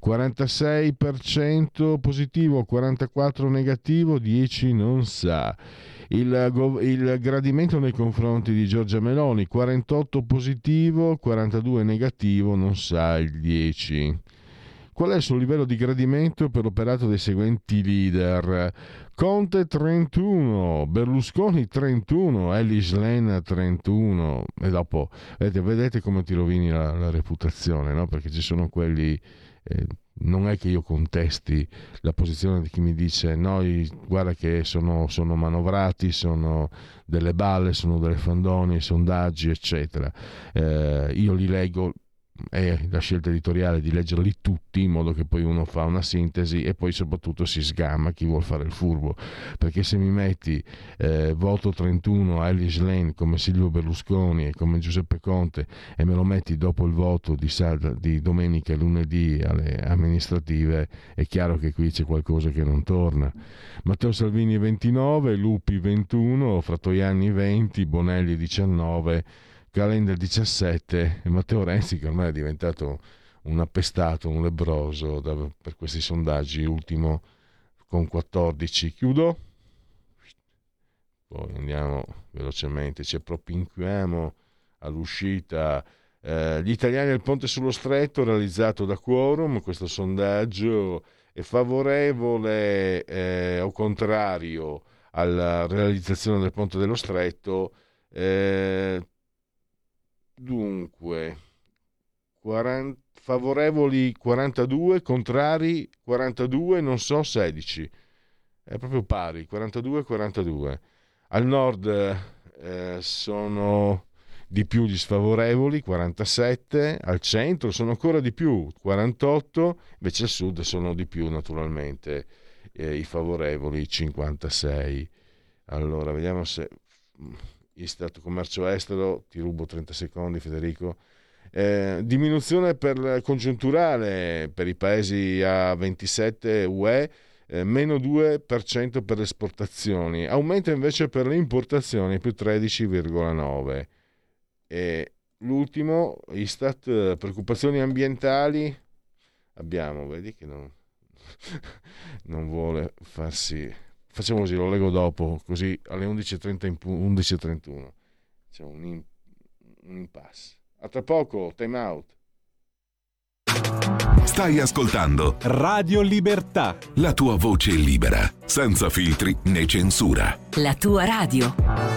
46% positivo, 44% negativo, 10% non sa. Il gradimento nei confronti di Giorgia Meloni 48% positivo, 42% negativo, non sa il 10%. Qual è il suo livello di gradimento per l'operato dei seguenti leader? Conte 31, Berlusconi 31, Elly Schlein 31, e dopo vedete come ti rovini la reputazione, no? Perché ci sono quelli, non è che io contesti la posizione di chi mi dice noi guarda che sono manovrati, sono delle balle, sono delle fandoni, sondaggi eccetera, io li leggo. È la scelta editoriale di leggerli tutti in modo che poi uno fa una sintesi e poi soprattutto si sgamma chi vuol fare il furbo, perché se mi metti voto 31 a Elly Schlein come Silvio Berlusconi e come Giuseppe Conte e me lo metti dopo il voto di domenica e lunedì alle amministrative, è chiaro che qui c'è qualcosa che non torna. Matteo Salvini 29, Lupi 21, Fratoianni 20, Bonelli 19, Calenda 17 e Matteo Renzi, che ormai è diventato un appestato, un lebbroso per questi sondaggi, ultimo con 14. Chiudo, poi andiamo velocemente, ci propinquiamo all'uscita. Gli italiani al ponte sullo stretto, realizzato da Quorum, questo sondaggio è favorevole o contrario alla realizzazione del ponte dello stretto. Dunque, favorevoli 42, contrari 42, non so 16. È proprio pari, 42-42. Al nord sono di più gli sfavorevoli, 47. Al centro sono ancora di più, 48. Invece al sud sono di più, naturalmente, i favorevoli, 56. Allora, vediamo se... Istat commercio estero, ti rubo 30 secondi Federico. Diminuzione congiunturale per i paesi a 27 UE, meno 2% per le esportazioni, aumenta invece per le importazioni, più 13,9%. E l'ultimo, Istat, preoccupazioni ambientali, abbiamo, vedi che non vuole farsi... Facciamo così, lo leggo dopo, così alle 11.30 11.31 c'è un impasse. A tra poco, time out. Stai ascoltando Radio Libertà, la tua voce libera, senza filtri né censura. La tua radio.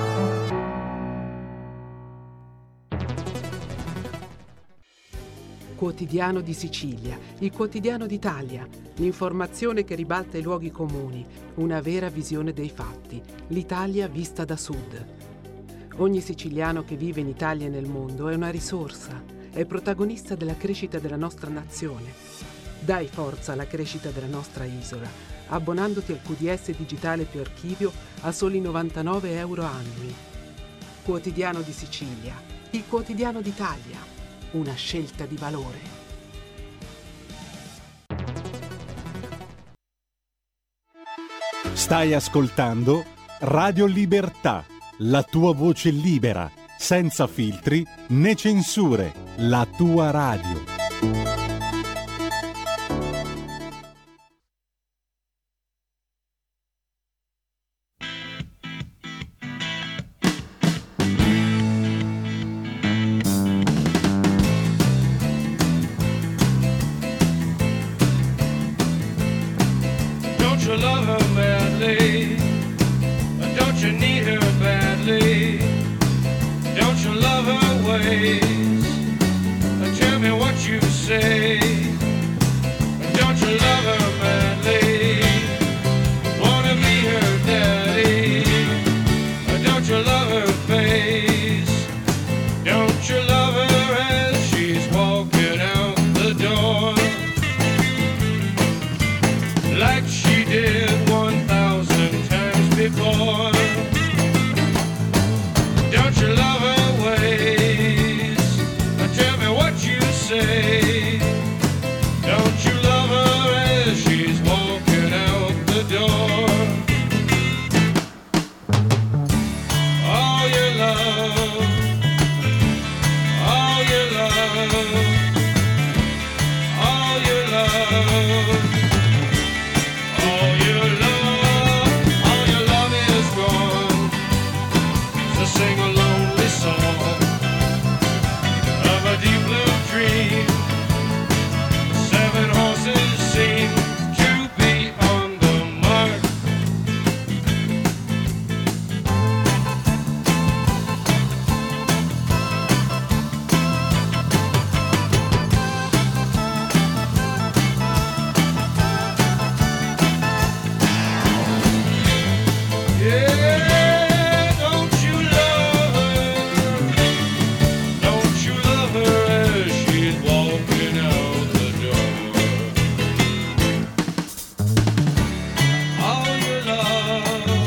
Quotidiano di Sicilia, il quotidiano d'Italia, l'informazione che ribalta i luoghi comuni, una vera visione dei fatti, l'Italia vista da sud. Ogni siciliano che vive in Italia e nel mondo è una risorsa, è protagonista della crescita della nostra nazione. Dai forza alla crescita della nostra isola, abbonandoti al QDS digitale più archivio a soli 99 euro annui. Quotidiano di Sicilia, il quotidiano d'Italia. Una scelta di valore. Stai ascoltando Radio Libertà, la tua voce libera, senza filtri né censure, la tua radio. you love her ways? Tell me what you say. Don't you love her madly? Wanna be her daddy? Don't you love her face? Don't you love her as she's walking out the door? Like she did 1,000 times before. Don't you love her ways? Tell me what you say. Don't you love her as she's walking out the door? All your love, all your love, all your love, all your love, all your love is gone. So sing a lonely song of a deep blue dream. 7 horses seem to be on the mark. Yeah, don't you love her? Don't you love her as she's walking out the door? All your love,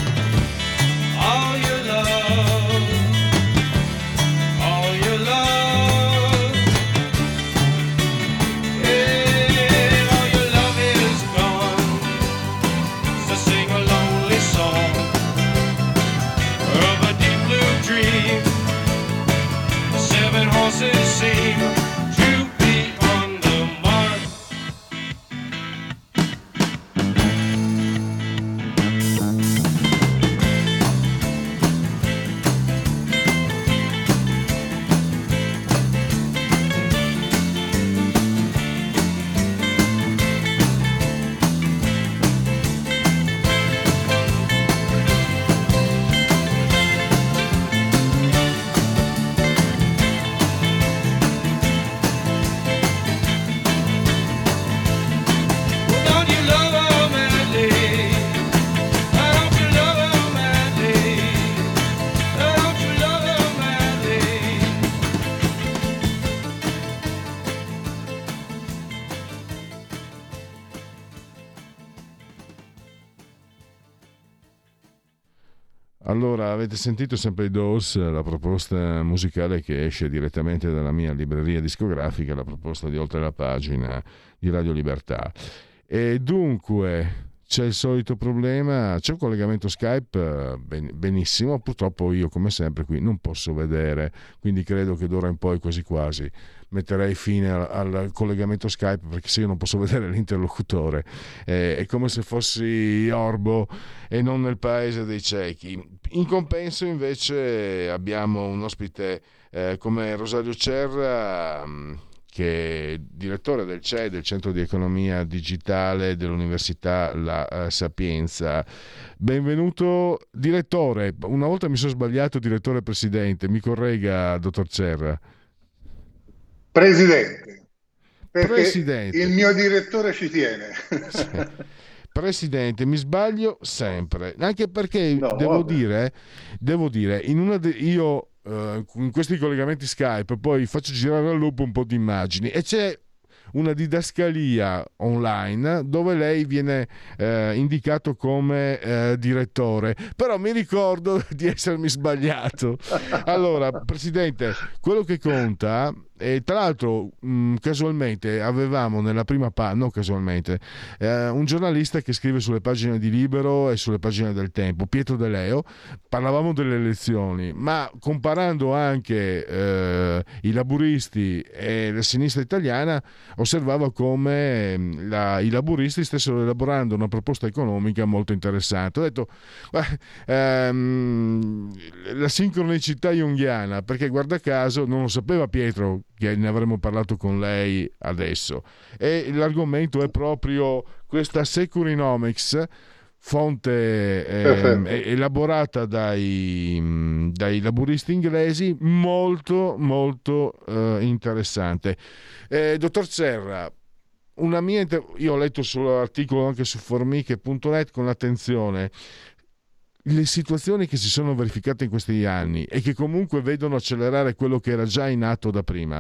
all your love, all your love. Yeah, all your love is gone. So sing a lonely song of a deep blue dream. 7 horses seem to be on the mark. Don't you love her madly? Don't you love her madly? Don't you love her madly? Allora, avete sentito sempre i Doors, la proposta musicale che esce direttamente dalla mia libreria discografica, la proposta di Oltre la Pagina di Radio Libertà. E dunque c'è il solito problema, c'è un collegamento Skype, benissimo, purtroppo io come sempre qui non posso vedere, quindi credo che d'ora in poi quasi quasi metterei fine al collegamento Skype, perché se io non posso vedere l'interlocutore è come se fossi orbo e non nel paese dei ciechi. In compenso invece abbiamo un ospite come Rosario Cerra, che è direttore del CED, del Centro di Economia Digitale dell'Università La Sapienza. Benvenuto direttore, una volta mi sono sbagliato, direttore presidente, mi corregga dottor Cerra. Presidente, perché Presidente. Il mio direttore ci tiene. Sì. Presidente, mi sbaglio sempre, anche perché No, devo vabbè. dire, io in questi collegamenti Skype poi faccio girare al loop un po' di immagini e c'è una didascalia online dove lei viene indicato come direttore, però mi ricordo di essermi sbagliato. Allora, Presidente, quello che conta, e tra l'altro casualmente avevamo nella prima non casualmente, un giornalista che scrive sulle pagine di Libero e sulle pagine del Tempo, Pietro De Leo. Parlavamo delle elezioni, ma comparando anche i laburisti e la sinistra italiana, osservava come i laburisti stessero elaborando una proposta economica molto interessante. Ho detto la sincronicità junghiana, perché guarda caso non lo sapeva Pietro che ne avremmo parlato con lei adesso, e l'argomento è proprio questa Securinomics fonte elaborata dai laburisti inglesi, molto molto interessante. Dottor Serra, io ho letto sull'articolo anche su formiche.net con attenzione le situazioni che si sono verificate in questi anni e che comunque vedono accelerare quello che era già in atto da prima.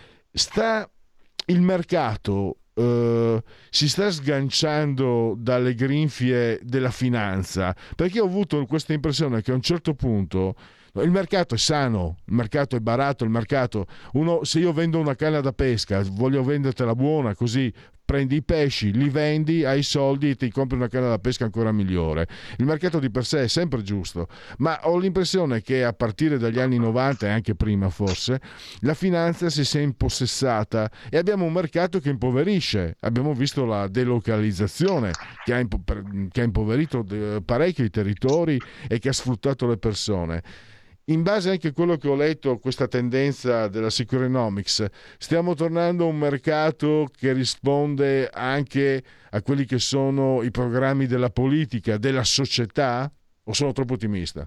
Il mercato si sta sganciando dalle grinfie della finanza, perché ho avuto questa impressione che a un certo punto il mercato è sano, il mercato è barato, se io vendo una canna da pesca, voglio vendertela buona, così prendi i pesci, li vendi, hai i soldi e ti compri una canna da pesca ancora migliore. Il mercato di per sé è sempre giusto, ma ho l'impressione che a partire dagli anni 90 e anche prima forse la finanza si sia impossessata e abbiamo un mercato che impoverisce. Abbiamo visto la delocalizzazione che ha impoverito parecchi territori e che ha sfruttato le persone. In base anche a quello che ho letto, questa tendenza della Securenomics, stiamo tornando a un mercato che risponde anche a quelli che sono i programmi della politica, della società, o sono troppo ottimista?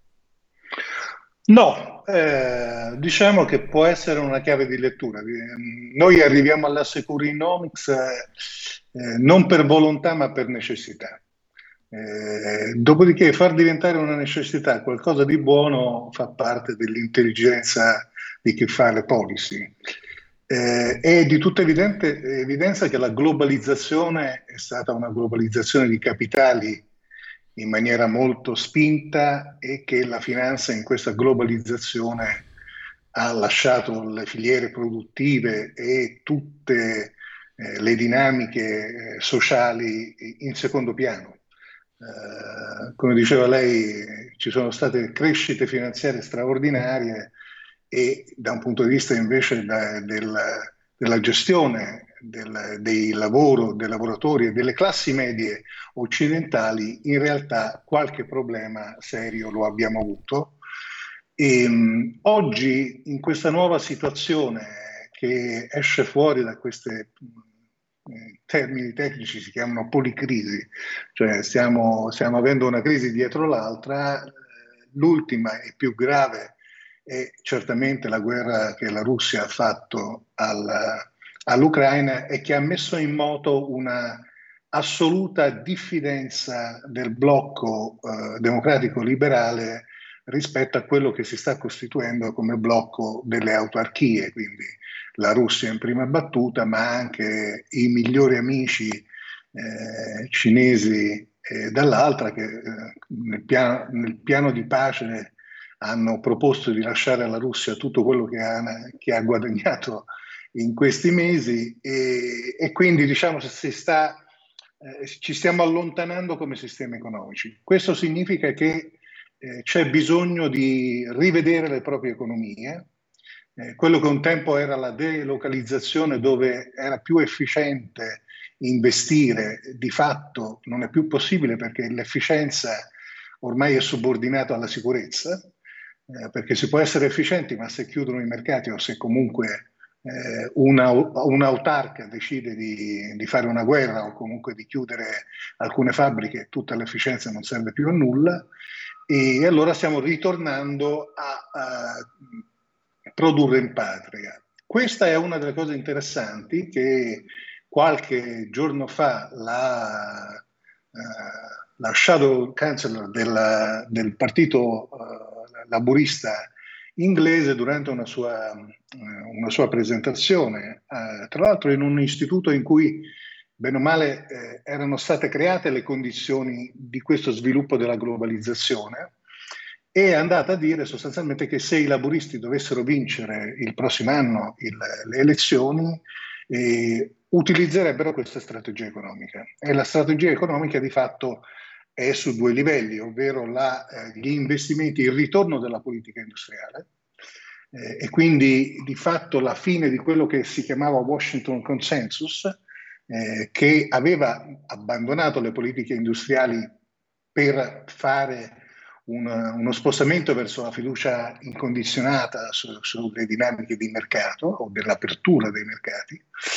No, diciamo che può essere una chiave di lettura. Noi arriviamo alla Securenomics non per volontà ma per necessità. Dopodiché far diventare una necessità qualcosa di buono fa parte dell'intelligenza di chi fa le policy. È di tutta evidenza che la globalizzazione è stata una globalizzazione di capitali in maniera molto spinta e che la finanza in questa globalizzazione ha lasciato le filiere produttive e tutte le dinamiche sociali in secondo piano. Come diceva lei, ci sono state crescite finanziarie straordinarie e da un punto di vista invece della gestione dei lavoratori e delle classi medie occidentali, in realtà qualche problema serio lo abbiamo avuto. E oggi, in questa nuova situazione che esce fuori da queste termini tecnici, si chiamano policrisi, cioè stiamo avendo una crisi dietro l'altra. L'ultima e più grave è certamente la guerra che la Russia ha fatto all'Ucraina e che ha messo in moto una assoluta diffidenza del blocco democratico liberale rispetto a quello che si sta costituendo come blocco delle autarchie, quindi la Russia in prima battuta, ma anche i migliori amici cinesi dall'altra, che nel piano di pace hanno proposto di lasciare alla Russia tutto quello che ha guadagnato in questi mesi e quindi diciamo ci stiamo allontanando come sistemi economici. Questo significa che c'è bisogno di rivedere le proprie economie. Quello che un tempo era la delocalizzazione, dove era più efficiente investire, di fatto non è più possibile perché l'efficienza ormai è subordinata alla sicurezza, perché si può essere efficienti ma se chiudono i mercati o se comunque un'autarca decide di fare una guerra o comunque di chiudere alcune fabbriche, tutta l'efficienza non serve più a nulla e allora stiamo ritornando a produrre in patria. Questa è una delle cose interessanti che qualche giorno fa la shadow chancellor del partito laburista inglese durante una sua presentazione, tra l'altro in un istituto in cui bene o male erano state create le condizioni di questo sviluppo della globalizzazione, è andata a dire sostanzialmente che se i laburisti dovessero vincere il prossimo anno le elezioni, utilizzerebbero questa strategia economica. E la strategia economica di fatto è su due livelli, ovvero gli investimenti, il ritorno della politica industriale, e quindi di fatto la fine di quello che si chiamava Washington Consensus, che aveva abbandonato le politiche industriali per fare uno spostamento verso la fiducia incondizionata sulle dinamiche di mercato o dell'apertura dei mercati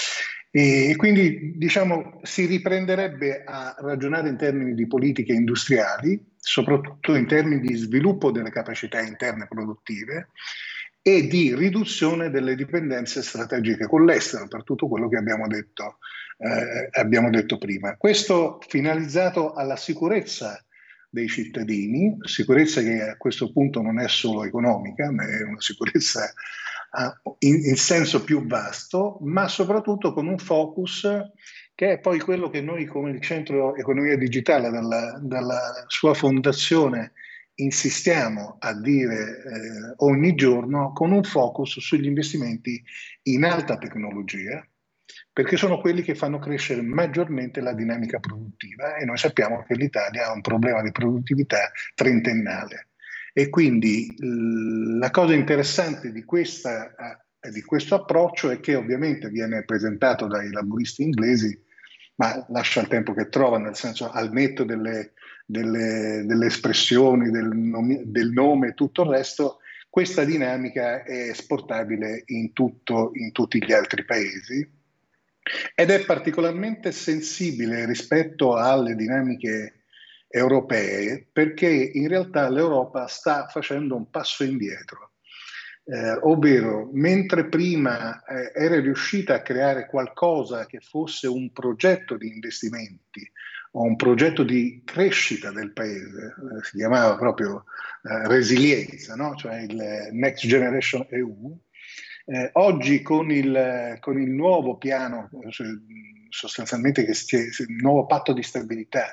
E quindi si riprenderebbe a ragionare in termini di politiche industriali, soprattutto in termini di sviluppo delle capacità interne produttive e di riduzione delle dipendenze strategiche con l'estero, per tutto quello che abbiamo detto prima. Questo finalizzato alla sicurezza dei cittadini, sicurezza che a questo punto non è solo economica, ma è una sicurezza in senso più vasto, ma soprattutto con un focus che è poi quello che noi come il Centro Economia Digitale dalla sua fondazione insistiamo a dire ogni giorno, con un focus sugli investimenti in alta tecnologia, perché sono quelli che fanno crescere maggiormente la dinamica produttiva e noi sappiamo che l'Italia ha un problema di produttività trentennale. E quindi la cosa interessante di questo approccio è che ovviamente viene presentato dai laburisti inglesi, ma lascia il tempo che trova, nel senso, al netto delle espressioni, del nome e tutto il resto, questa dinamica è esportabile in tutti gli altri paesi ed è particolarmente sensibile rispetto alle dinamiche europee, perché in realtà l'Europa sta facendo un passo indietro, ovvero mentre prima era riuscita a creare qualcosa che fosse un progetto di investimenti o un progetto di crescita del paese, si chiamava proprio resilienza, no? Cioè il Next Generation EU, oggi con il nuovo piano, sostanzialmente il nuovo patto di stabilità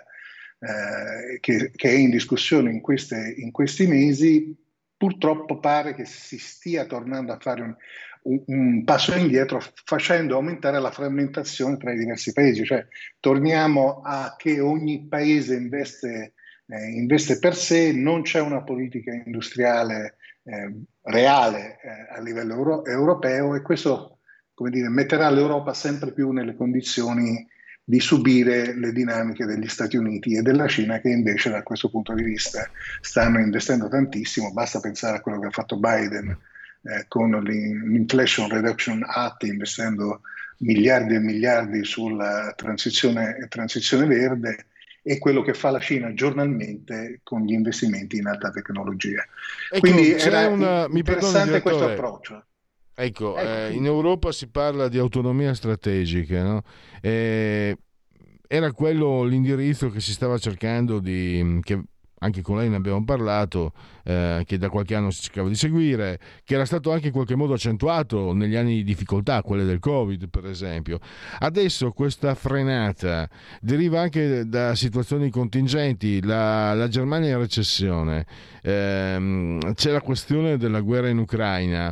che è in discussione in questi mesi, purtroppo pare che si stia tornando a fare un passo indietro, facendo aumentare la frammentazione tra i diversi paesi, cioè torniamo a che ogni paese investe per sé, non c'è una politica industriale reale a livello europeo, e questo, come dire, metterà l'Europa sempre più nelle condizioni di subire le dinamiche degli Stati Uniti e della Cina, che invece da questo punto di vista stanno investendo tantissimo. Basta pensare a quello che ha fatto Biden con l'Inflation Reduction Act, investendo miliardi e miliardi sulla transizione verde, e quello che fa la Cina giornalmente con gli investimenti in alta tecnologia. Ecco, quindi era interessante questo approccio. Ecco, in Europa si parla di autonomia strategica, no? Era quello l'indirizzo che si stava cercando che anche con lei ne abbiamo parlato, che da qualche anno si cercava di seguire, che era stato anche in qualche modo accentuato negli anni di difficoltà, quelle del Covid per esempio. Adesso questa frenata deriva anche da situazioni contingenti. La Germania è in recessione, c'è la questione della guerra in Ucraina,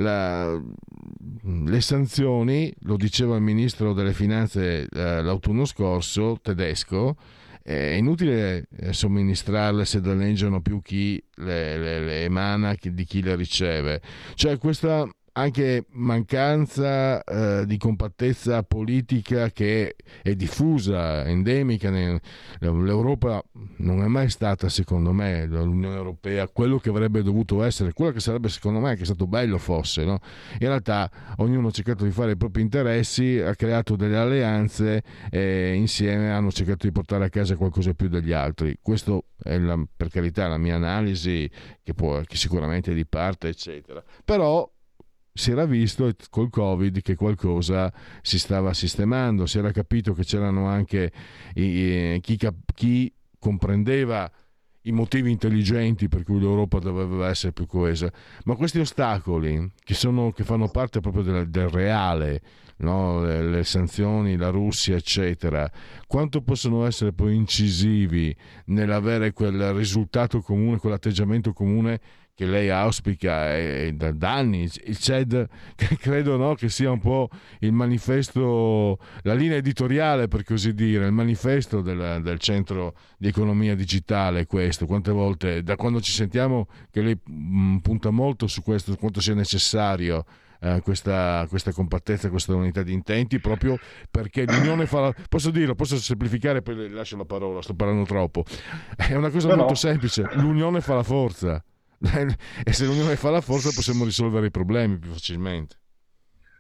le sanzioni, lo diceva il ministro delle finanze l'autunno scorso tedesco. È inutile somministrarle se danneggiano più chi le emana di chi le riceve. Cioè questa anche mancanza di compattezza politica che è diffusa, endemica. L'Europa non è mai stata, secondo me, l'Unione Europea, quello che avrebbe dovuto essere, quello che sarebbe, secondo me, che è stato bello fosse, no? In realtà ognuno ha cercato di fare i propri interessi, ha creato delle alleanze e insieme hanno cercato di portare a casa qualcosa più degli altri. Questo è per carità la mia analisi, che sicuramente è di parte, eccetera. Però si era visto col Covid che qualcosa si stava sistemando, si era capito che c'erano anche chi comprendeva i motivi intelligenti per cui l'Europa doveva essere più coesa, ma questi ostacoli che fanno parte proprio del reale, no? Le sanzioni, la Russia, eccetera, quanto possono essere poi incisivi nell'avere quel risultato comune, quell'atteggiamento comune che lei auspica da anni, il CED, che credo, no, che sia un po' il manifesto, la linea editoriale, per così dire, il manifesto del Centro di Economia Digitale. Questo, quante volte, da quando ci sentiamo, che lei punta molto su questo, quanto sia necessario questa compattezza, questa unità di intenti, proprio perché l'unione fa posso semplificare, poi le lascio la parola, sto parlando troppo. È una cosa molto semplice: l'unione fa la forza. E se l'unione fa la forza possiamo risolvere i problemi più facilmente.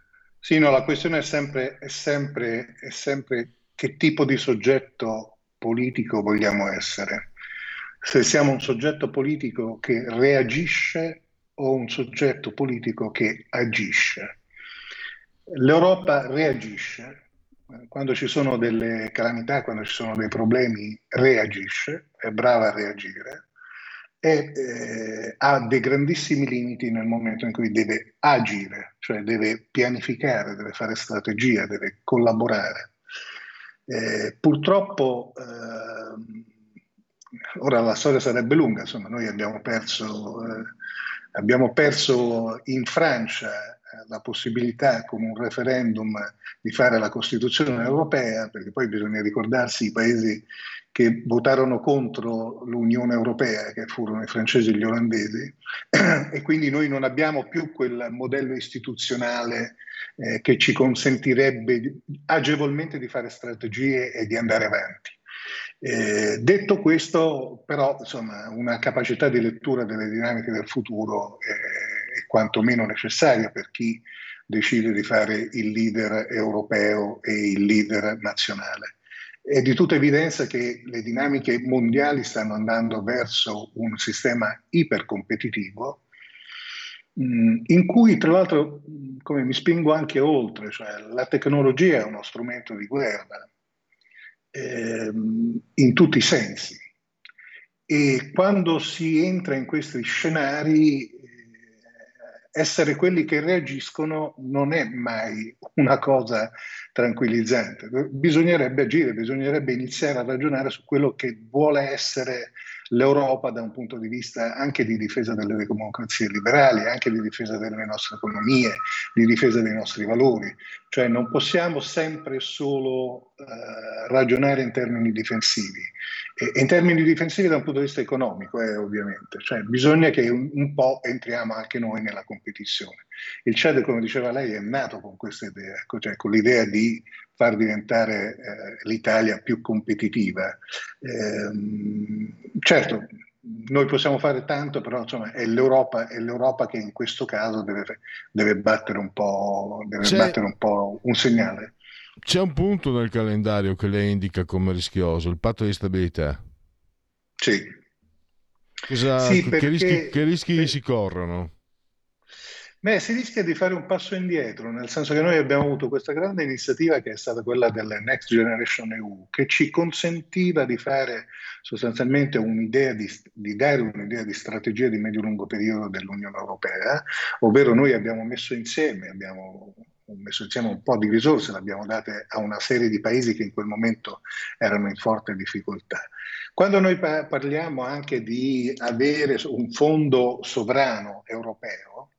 Sì, no, la questione è sempre che tipo di soggetto politico vogliamo essere. Se siamo un soggetto politico che reagisce o un soggetto politico che agisce. L'Europa reagisce. Quando ci sono delle calamità, quando ci sono dei problemi, reagisce, è brava a reagire e ha dei grandissimi limiti nel momento in cui deve agire, cioè deve pianificare, deve fare strategia, deve collaborare. Purtroppo, ora la storia sarebbe lunga, insomma, noi abbiamo perso in Francia la possibilità con un referendum di fare la Costituzione europea, perché poi bisogna ricordarsi i paesi che votarono contro l'Unione Europea, che furono i francesi e gli olandesi, e quindi noi non abbiamo più quel modello istituzionale che ci consentirebbe agevolmente di fare strategie e di andare avanti. Detto questo, però, insomma, una capacità di lettura delle dinamiche del futuro è quantomeno necessaria per chi decide di fare il leader europeo e il leader nazionale. È di tutta evidenza che le dinamiche mondiali stanno andando verso un sistema ipercompetitivo, in cui tra l'altro, come mi spingo anche oltre, cioè la tecnologia è uno strumento di guerra in tutti i sensi, e quando si entra in questi scenari essere quelli che reagiscono non è mai una cosa tranquillizzante. Bisognerebbe agire, bisognerebbe iniziare a ragionare su quello che vuole essere l'Europa da un punto di vista anche di difesa delle democrazie liberali, anche di difesa delle nostre economie, di difesa dei nostri valori. Cioè non possiamo sempre solo ragionare in termini difensivi. E in termini difensivi da un punto di vista economico, ovviamente. Cioè bisogna che un po' entriamo anche noi nella competizione. Il CED, come diceva lei, è nato con questa idea, cioè con l'idea di far diventare l'Italia più competitiva. Certo, noi possiamo fare tanto, però insomma è l'Europa che in questo caso deve battere un po', un segnale. C'è un punto nel calendario che lei indica come rischioso, il patto di stabilità. Sì. Che rischi si corrono? Beh, si rischia di fare un passo indietro, nel senso che noi abbiamo avuto questa grande iniziativa che è stata quella del Next Generation EU, che ci consentiva di fare sostanzialmente di dare un'idea di strategia di medio-lungo periodo dell'Unione Europea, ovvero noi abbiamo messo insieme un po' di risorse, le abbiamo date a una serie di paesi che in quel momento erano in forte difficoltà. Quando noi parliamo anche di avere un fondo sovrano europeo,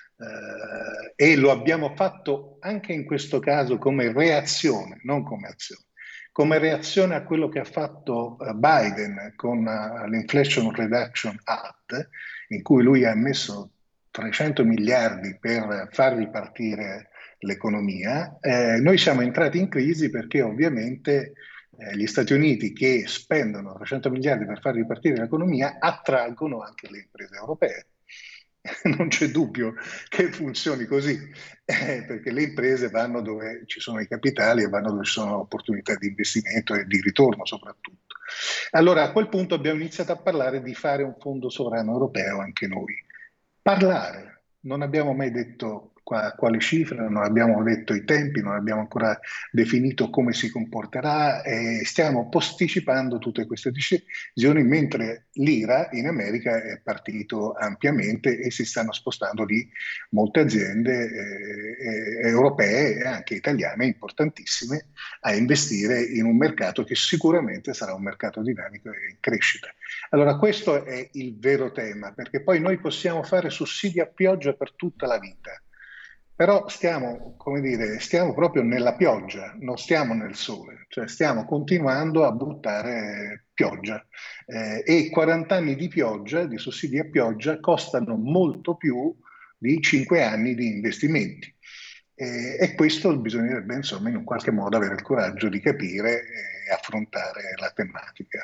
e lo abbiamo fatto anche in questo caso come reazione, non come azione, come reazione a quello che ha fatto Biden con l'Inflation Reduction Act, in cui lui ha messo 300 miliardi per far ripartire l'economia. Noi siamo entrati in crisi perché ovviamente gli Stati Uniti, che spendono 300 miliardi per far ripartire l'economia, attraggono anche le imprese europee. Non c'è dubbio che funzioni così, perché le imprese vanno dove ci sono i capitali e vanno dove ci sono opportunità di investimento e di ritorno soprattutto. Allora a quel punto abbiamo iniziato a parlare di fare un fondo sovrano europeo anche noi. Parlare, non abbiamo mai detto quale cifra, non abbiamo detto i tempi, non abbiamo ancora definito come si comporterà, e stiamo posticipando tutte queste decisioni, mentre l'IRA in America è partito ampiamente e si stanno spostando lì molte aziende europee e anche italiane importantissime a investire in un mercato che sicuramente sarà un mercato dinamico e in crescita. Allora questo è il vero tema, perché poi noi possiamo fare sussidi a pioggia per tutta la vita. Però stiamo proprio nella pioggia, non stiamo nel sole, cioè stiamo continuando a buttare pioggia. E 40 anni di pioggia, di sussidi a pioggia, costano molto più di 5 anni di investimenti. E questo bisognerebbe, insomma, in un qualche modo avere il coraggio di capire e affrontare la tematica.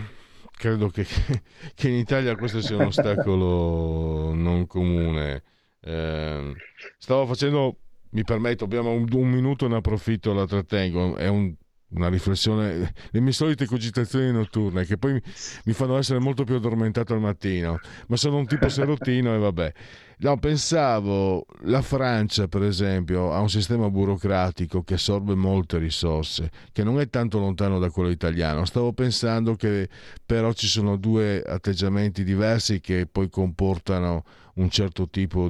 Credo che in Italia questo sia un ostacolo non comune. Stavo facendo, mi permetto, abbiamo un minuto, ne approfitto, la trattengo, è una riflessione, le mie solite cogitazioni notturne che poi mi fanno essere molto più addormentato al mattino, ma sono un tipo serottino e vabbè. No, pensavo, la Francia per esempio ha un sistema burocratico che assorbe molte risorse, che non è tanto lontano da quello italiano. Stavo pensando che però ci sono due atteggiamenti diversi che poi comportano un certo tipo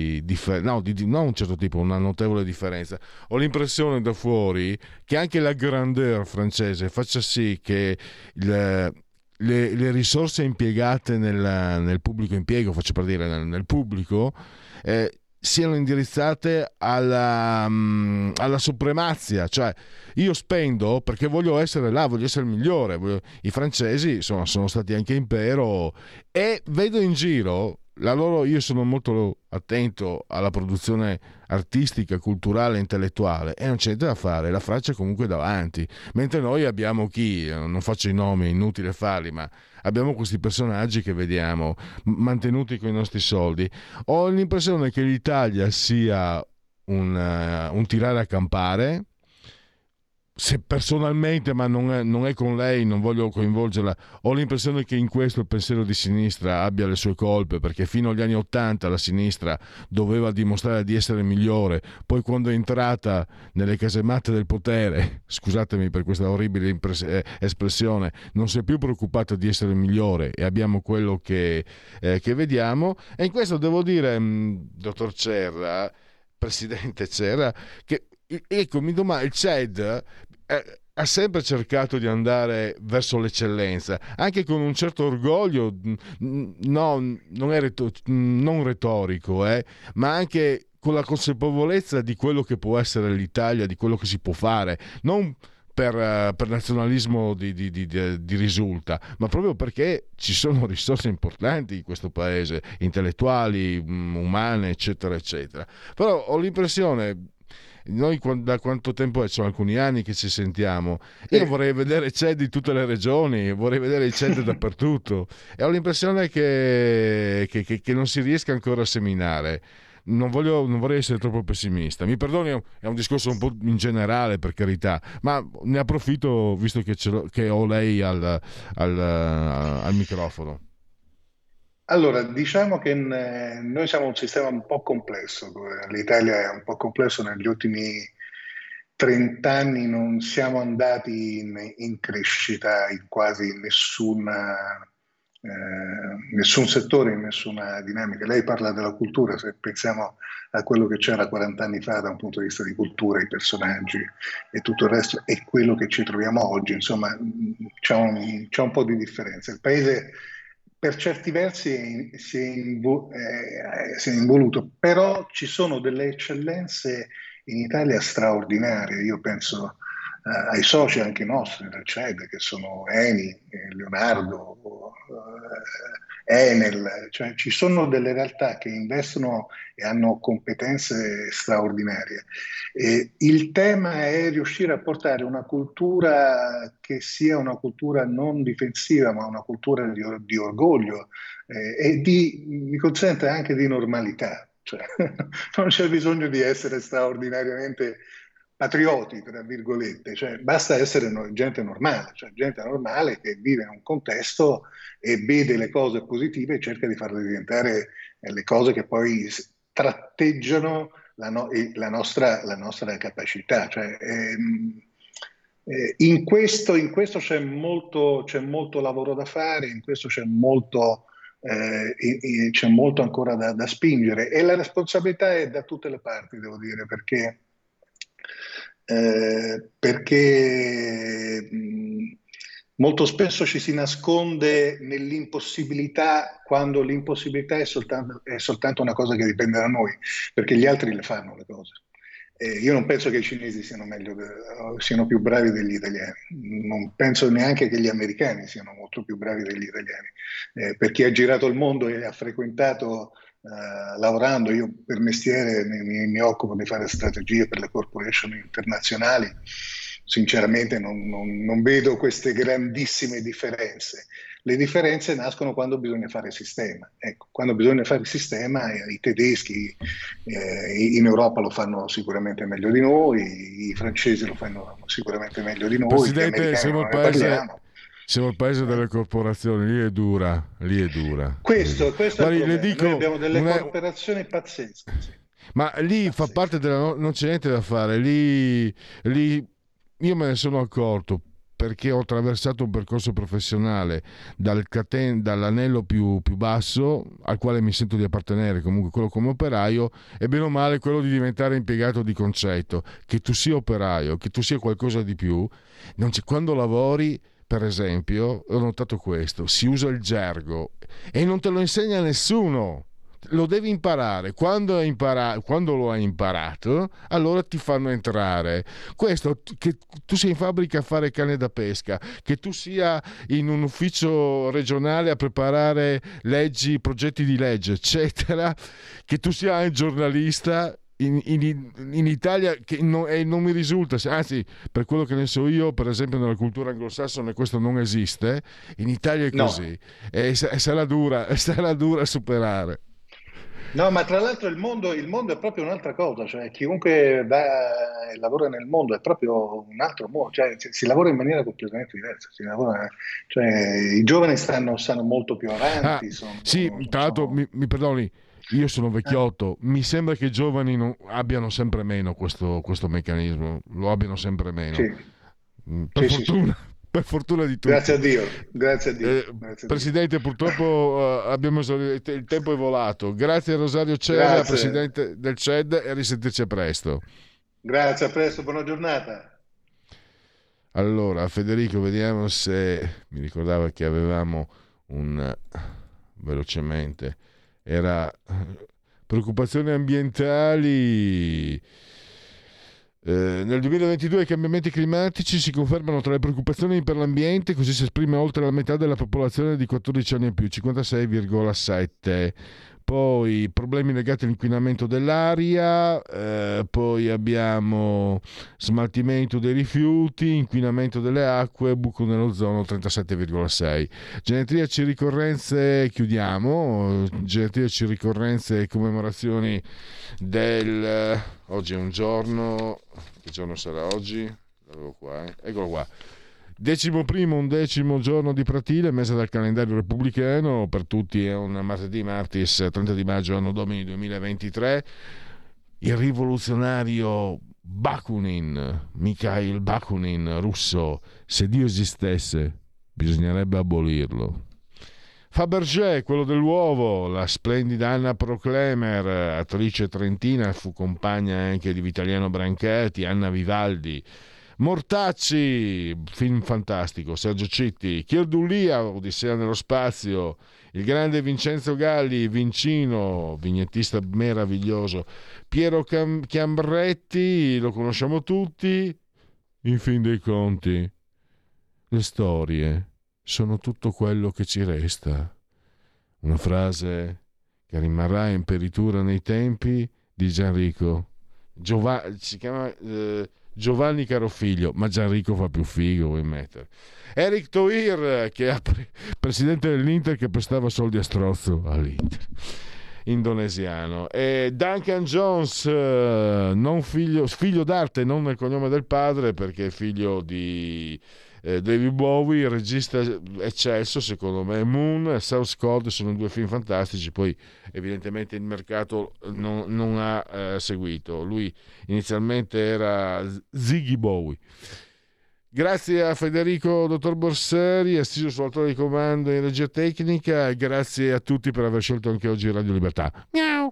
non un certo tipo, una notevole differenza. Ho l'impressione da fuori che anche la grandeur francese faccia sì che le risorse impiegate nel pubblico impiego, faccio per dire nel pubblico, siano indirizzate alla supremazia, cioè io spendo perché voglio essere là, voglio essere il migliore. I francesi sono stati anche impero e vedo in giro io sono molto attento alla produzione artistica, culturale, intellettuale e non c'è da fare, la Francia è comunque davanti, mentre noi abbiamo non faccio i nomi, è inutile farli, ma abbiamo questi personaggi che vediamo mantenuti con i nostri soldi. Ho l'impressione che l'Italia sia un tirare a campare, se personalmente, ma non è con lei, non voglio coinvolgerla, ho l'impressione che in questo il pensiero di sinistra abbia le sue colpe, perché fino agli anni '80 la sinistra doveva dimostrare di essere migliore, poi quando è entrata nelle casematte del potere, scusatemi per questa orribile espressione, non si è più preoccupata di essere migliore e abbiamo quello che vediamo. E in questo devo dire, dottor Cerra, presidente Cerra, che ecco, mi domando, il CED ha sempre cercato di andare verso l'eccellenza, anche con un certo orgoglio, non retorico, ma anche con la consapevolezza di quello che può essere l'Italia, di quello che si può fare, non per nazionalismo di risulta, ma proprio perché ci sono risorse importanti in questo paese, intellettuali, umane, eccetera, eccetera. Però ho l'impressione, noi da quanto tempo è? Sono alcuni anni che ci sentiamo. Io vorrei vedere CED in tutte le regioni, vorrei vedere i CED dappertutto e ho l'impressione che non si riesca ancora a seminare. Non vorrei essere troppo pessimista, mi perdoni, è un discorso un po' in generale, per carità, ma ne approfitto visto che ho lei al microfono. Allora, diciamo che noi siamo un sistema un po' complesso, l'Italia è un po' complesso, negli ultimi 30 anni non siamo andati in crescita in quasi nessun settore, in nessuna dinamica. Lei parla della cultura, se pensiamo a quello che c'era 40 anni fa da un punto di vista di cultura, i personaggi e tutto il resto, e quello che ci troviamo oggi, insomma, c'è un po' di differenza. Il paese per certi versi si è involuto, però ci sono delle eccellenze in Italia straordinarie. Io penso ai soci anche nostri del CED, che sono Eni, Leonardo, Enel, cioè ci sono delle realtà che investono e hanno competenze straordinarie. E il tema è riuscire a portare una cultura che sia una cultura non difensiva, ma una cultura di orgoglio e mi consente anche di normalità. Cioè, non c'è bisogno di essere straordinariamente patrioti, tra virgolette, cioè basta essere gente normale, cioè gente normale che vive in un contesto e vede le cose positive e cerca di farle diventare le cose che poi tratteggiano la nostra capacità. Cioè, in questo c'è molto lavoro da fare, in questo c'è molto ancora da spingere e la responsabilità è da tutte le parti, devo dire, perché molto spesso ci si nasconde nell'impossibilità quando l'impossibilità è soltanto una cosa che dipende da noi, perché gli altri le fanno le cose. Io non penso che i cinesi siano più bravi degli italiani, non penso neanche che gli americani siano molto più bravi degli italiani. Per chi ha girato il mondo e ha frequentato lavorando, io per mestiere mi occupo di fare strategie per le corporation internazionali, sinceramente non vedo queste grandissime differenze. Le differenze nascono quando bisogna fare sistema. Ecco, quando bisogna fare sistema, i tedeschi in Europa lo fanno sicuramente meglio di noi, i francesi lo fanno sicuramente meglio di noi. Presidente, siamo il paese delle corporazioni, lì è dura. Questo è il problema. Noi abbiamo delle corporazioni pazzesche. Sì. Ma lì fa parte non c'è niente da fare, lì io me ne sono accorto perché ho attraversato un percorso professionale dall'anello più basso al quale mi sento di appartenere, comunque quello come operaio, e bene o male quello di diventare impiegato di concetto, che tu sia operaio, che tu sia qualcosa di più, quando lavori. Per esempio, ho notato questo, si usa il gergo e non te lo insegna nessuno, lo devi imparare. Quando lo hai imparato, allora ti fanno entrare. Questo, che tu sia in fabbrica a fare canne da pesca, che tu sia in un ufficio regionale a preparare leggi, progetti di legge, eccetera, che tu sia un giornalista. In Italia che non mi risulta, anzi per quello che ne so io, per esempio nella cultura anglosassone questo non esiste, in Italia è così, e sarà dura a superare. No, ma tra l'altro il mondo è proprio un'altra cosa, cioè chiunque va e lavora nel mondo è proprio un altro mondo, cioè si lavora in maniera completamente diversa, i giovani stanno molto più avanti. Tra l'altro mi perdoni, io sono vecchiotto, mi sembra che i giovani abbiano sempre meno questo meccanismo, lo abbiano sempre meno. Sì. Per fortuna di tutti. Grazie a Dio. Presidente, purtroppo abbiamo il tempo è volato. Grazie a Rosario Cera, presidente del CED, e a risentirci a presto. Grazie, a presto, buona giornata. Allora, Federico, vediamo se mi ricordava che avevamo velocemente. Era preoccupazioni ambientali. Nel 2022 i cambiamenti climatici si confermano tra le preoccupazioni per l'ambiente, così si esprime oltre la metà della popolazione di 14 anni e più, 56,7%. Poi problemi legati all'inquinamento dell'aria, poi abbiamo smaltimento dei rifiuti, inquinamento delle acque, buco nell'ozono 37,6%. Genetriaci ricorrenze, chiudiamo, genetriaci ricorrenze e commemorazioni oggi è un giorno, che giorno sarà oggi? L'avevo qua, eccolo qua. 11° giorno di Pratile, mese del calendario repubblicano, per tutti è un martis 30 di maggio anno domini 2023. Il rivoluzionario Bakunin, Mikhail Bakunin, russo: se Dio esistesse bisognerebbe abolirlo. Fabergé, quello dell'uovo, la splendida Anna Proclemer, attrice trentina, fu compagna anche di Vitaliano Branchetti, Anna Vivaldi. Mortacci, film fantastico, Sergio Citti. Chierdulia, Odissea nello spazio, il grande Vincenzo Galli, Vincino, vignettista meraviglioso. Piero Chiambretti, lo conosciamo tutti. In fin dei conti, le storie sono tutto quello che ci resta. Una frase che rimarrà in peritura nei tempi di Gianrico. Si chiama Giovanni Carofiglio, ma Gianrico fa più figo, vuoi mettere. Eric Thohir, che è presidente dell'Inter, che prestava soldi a strozzo all'Inter, indonesiano. E Duncan Jones, non figlio d'arte, non nel cognome del padre, perché è figlio di David Bowie, regista eccelso secondo me. Moon e South Cold sono due film fantastici, poi evidentemente il mercato non ha seguito. Lui inizialmente era Ziggy Bowie. Grazie a Federico Dottor Borseri, assiso sull'autore di comando in regia tecnica, e grazie a tutti per aver scelto anche oggi Radio Libertà. Miau.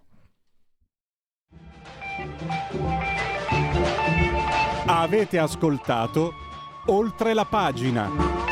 Avete ascoltato Oltre la pagina.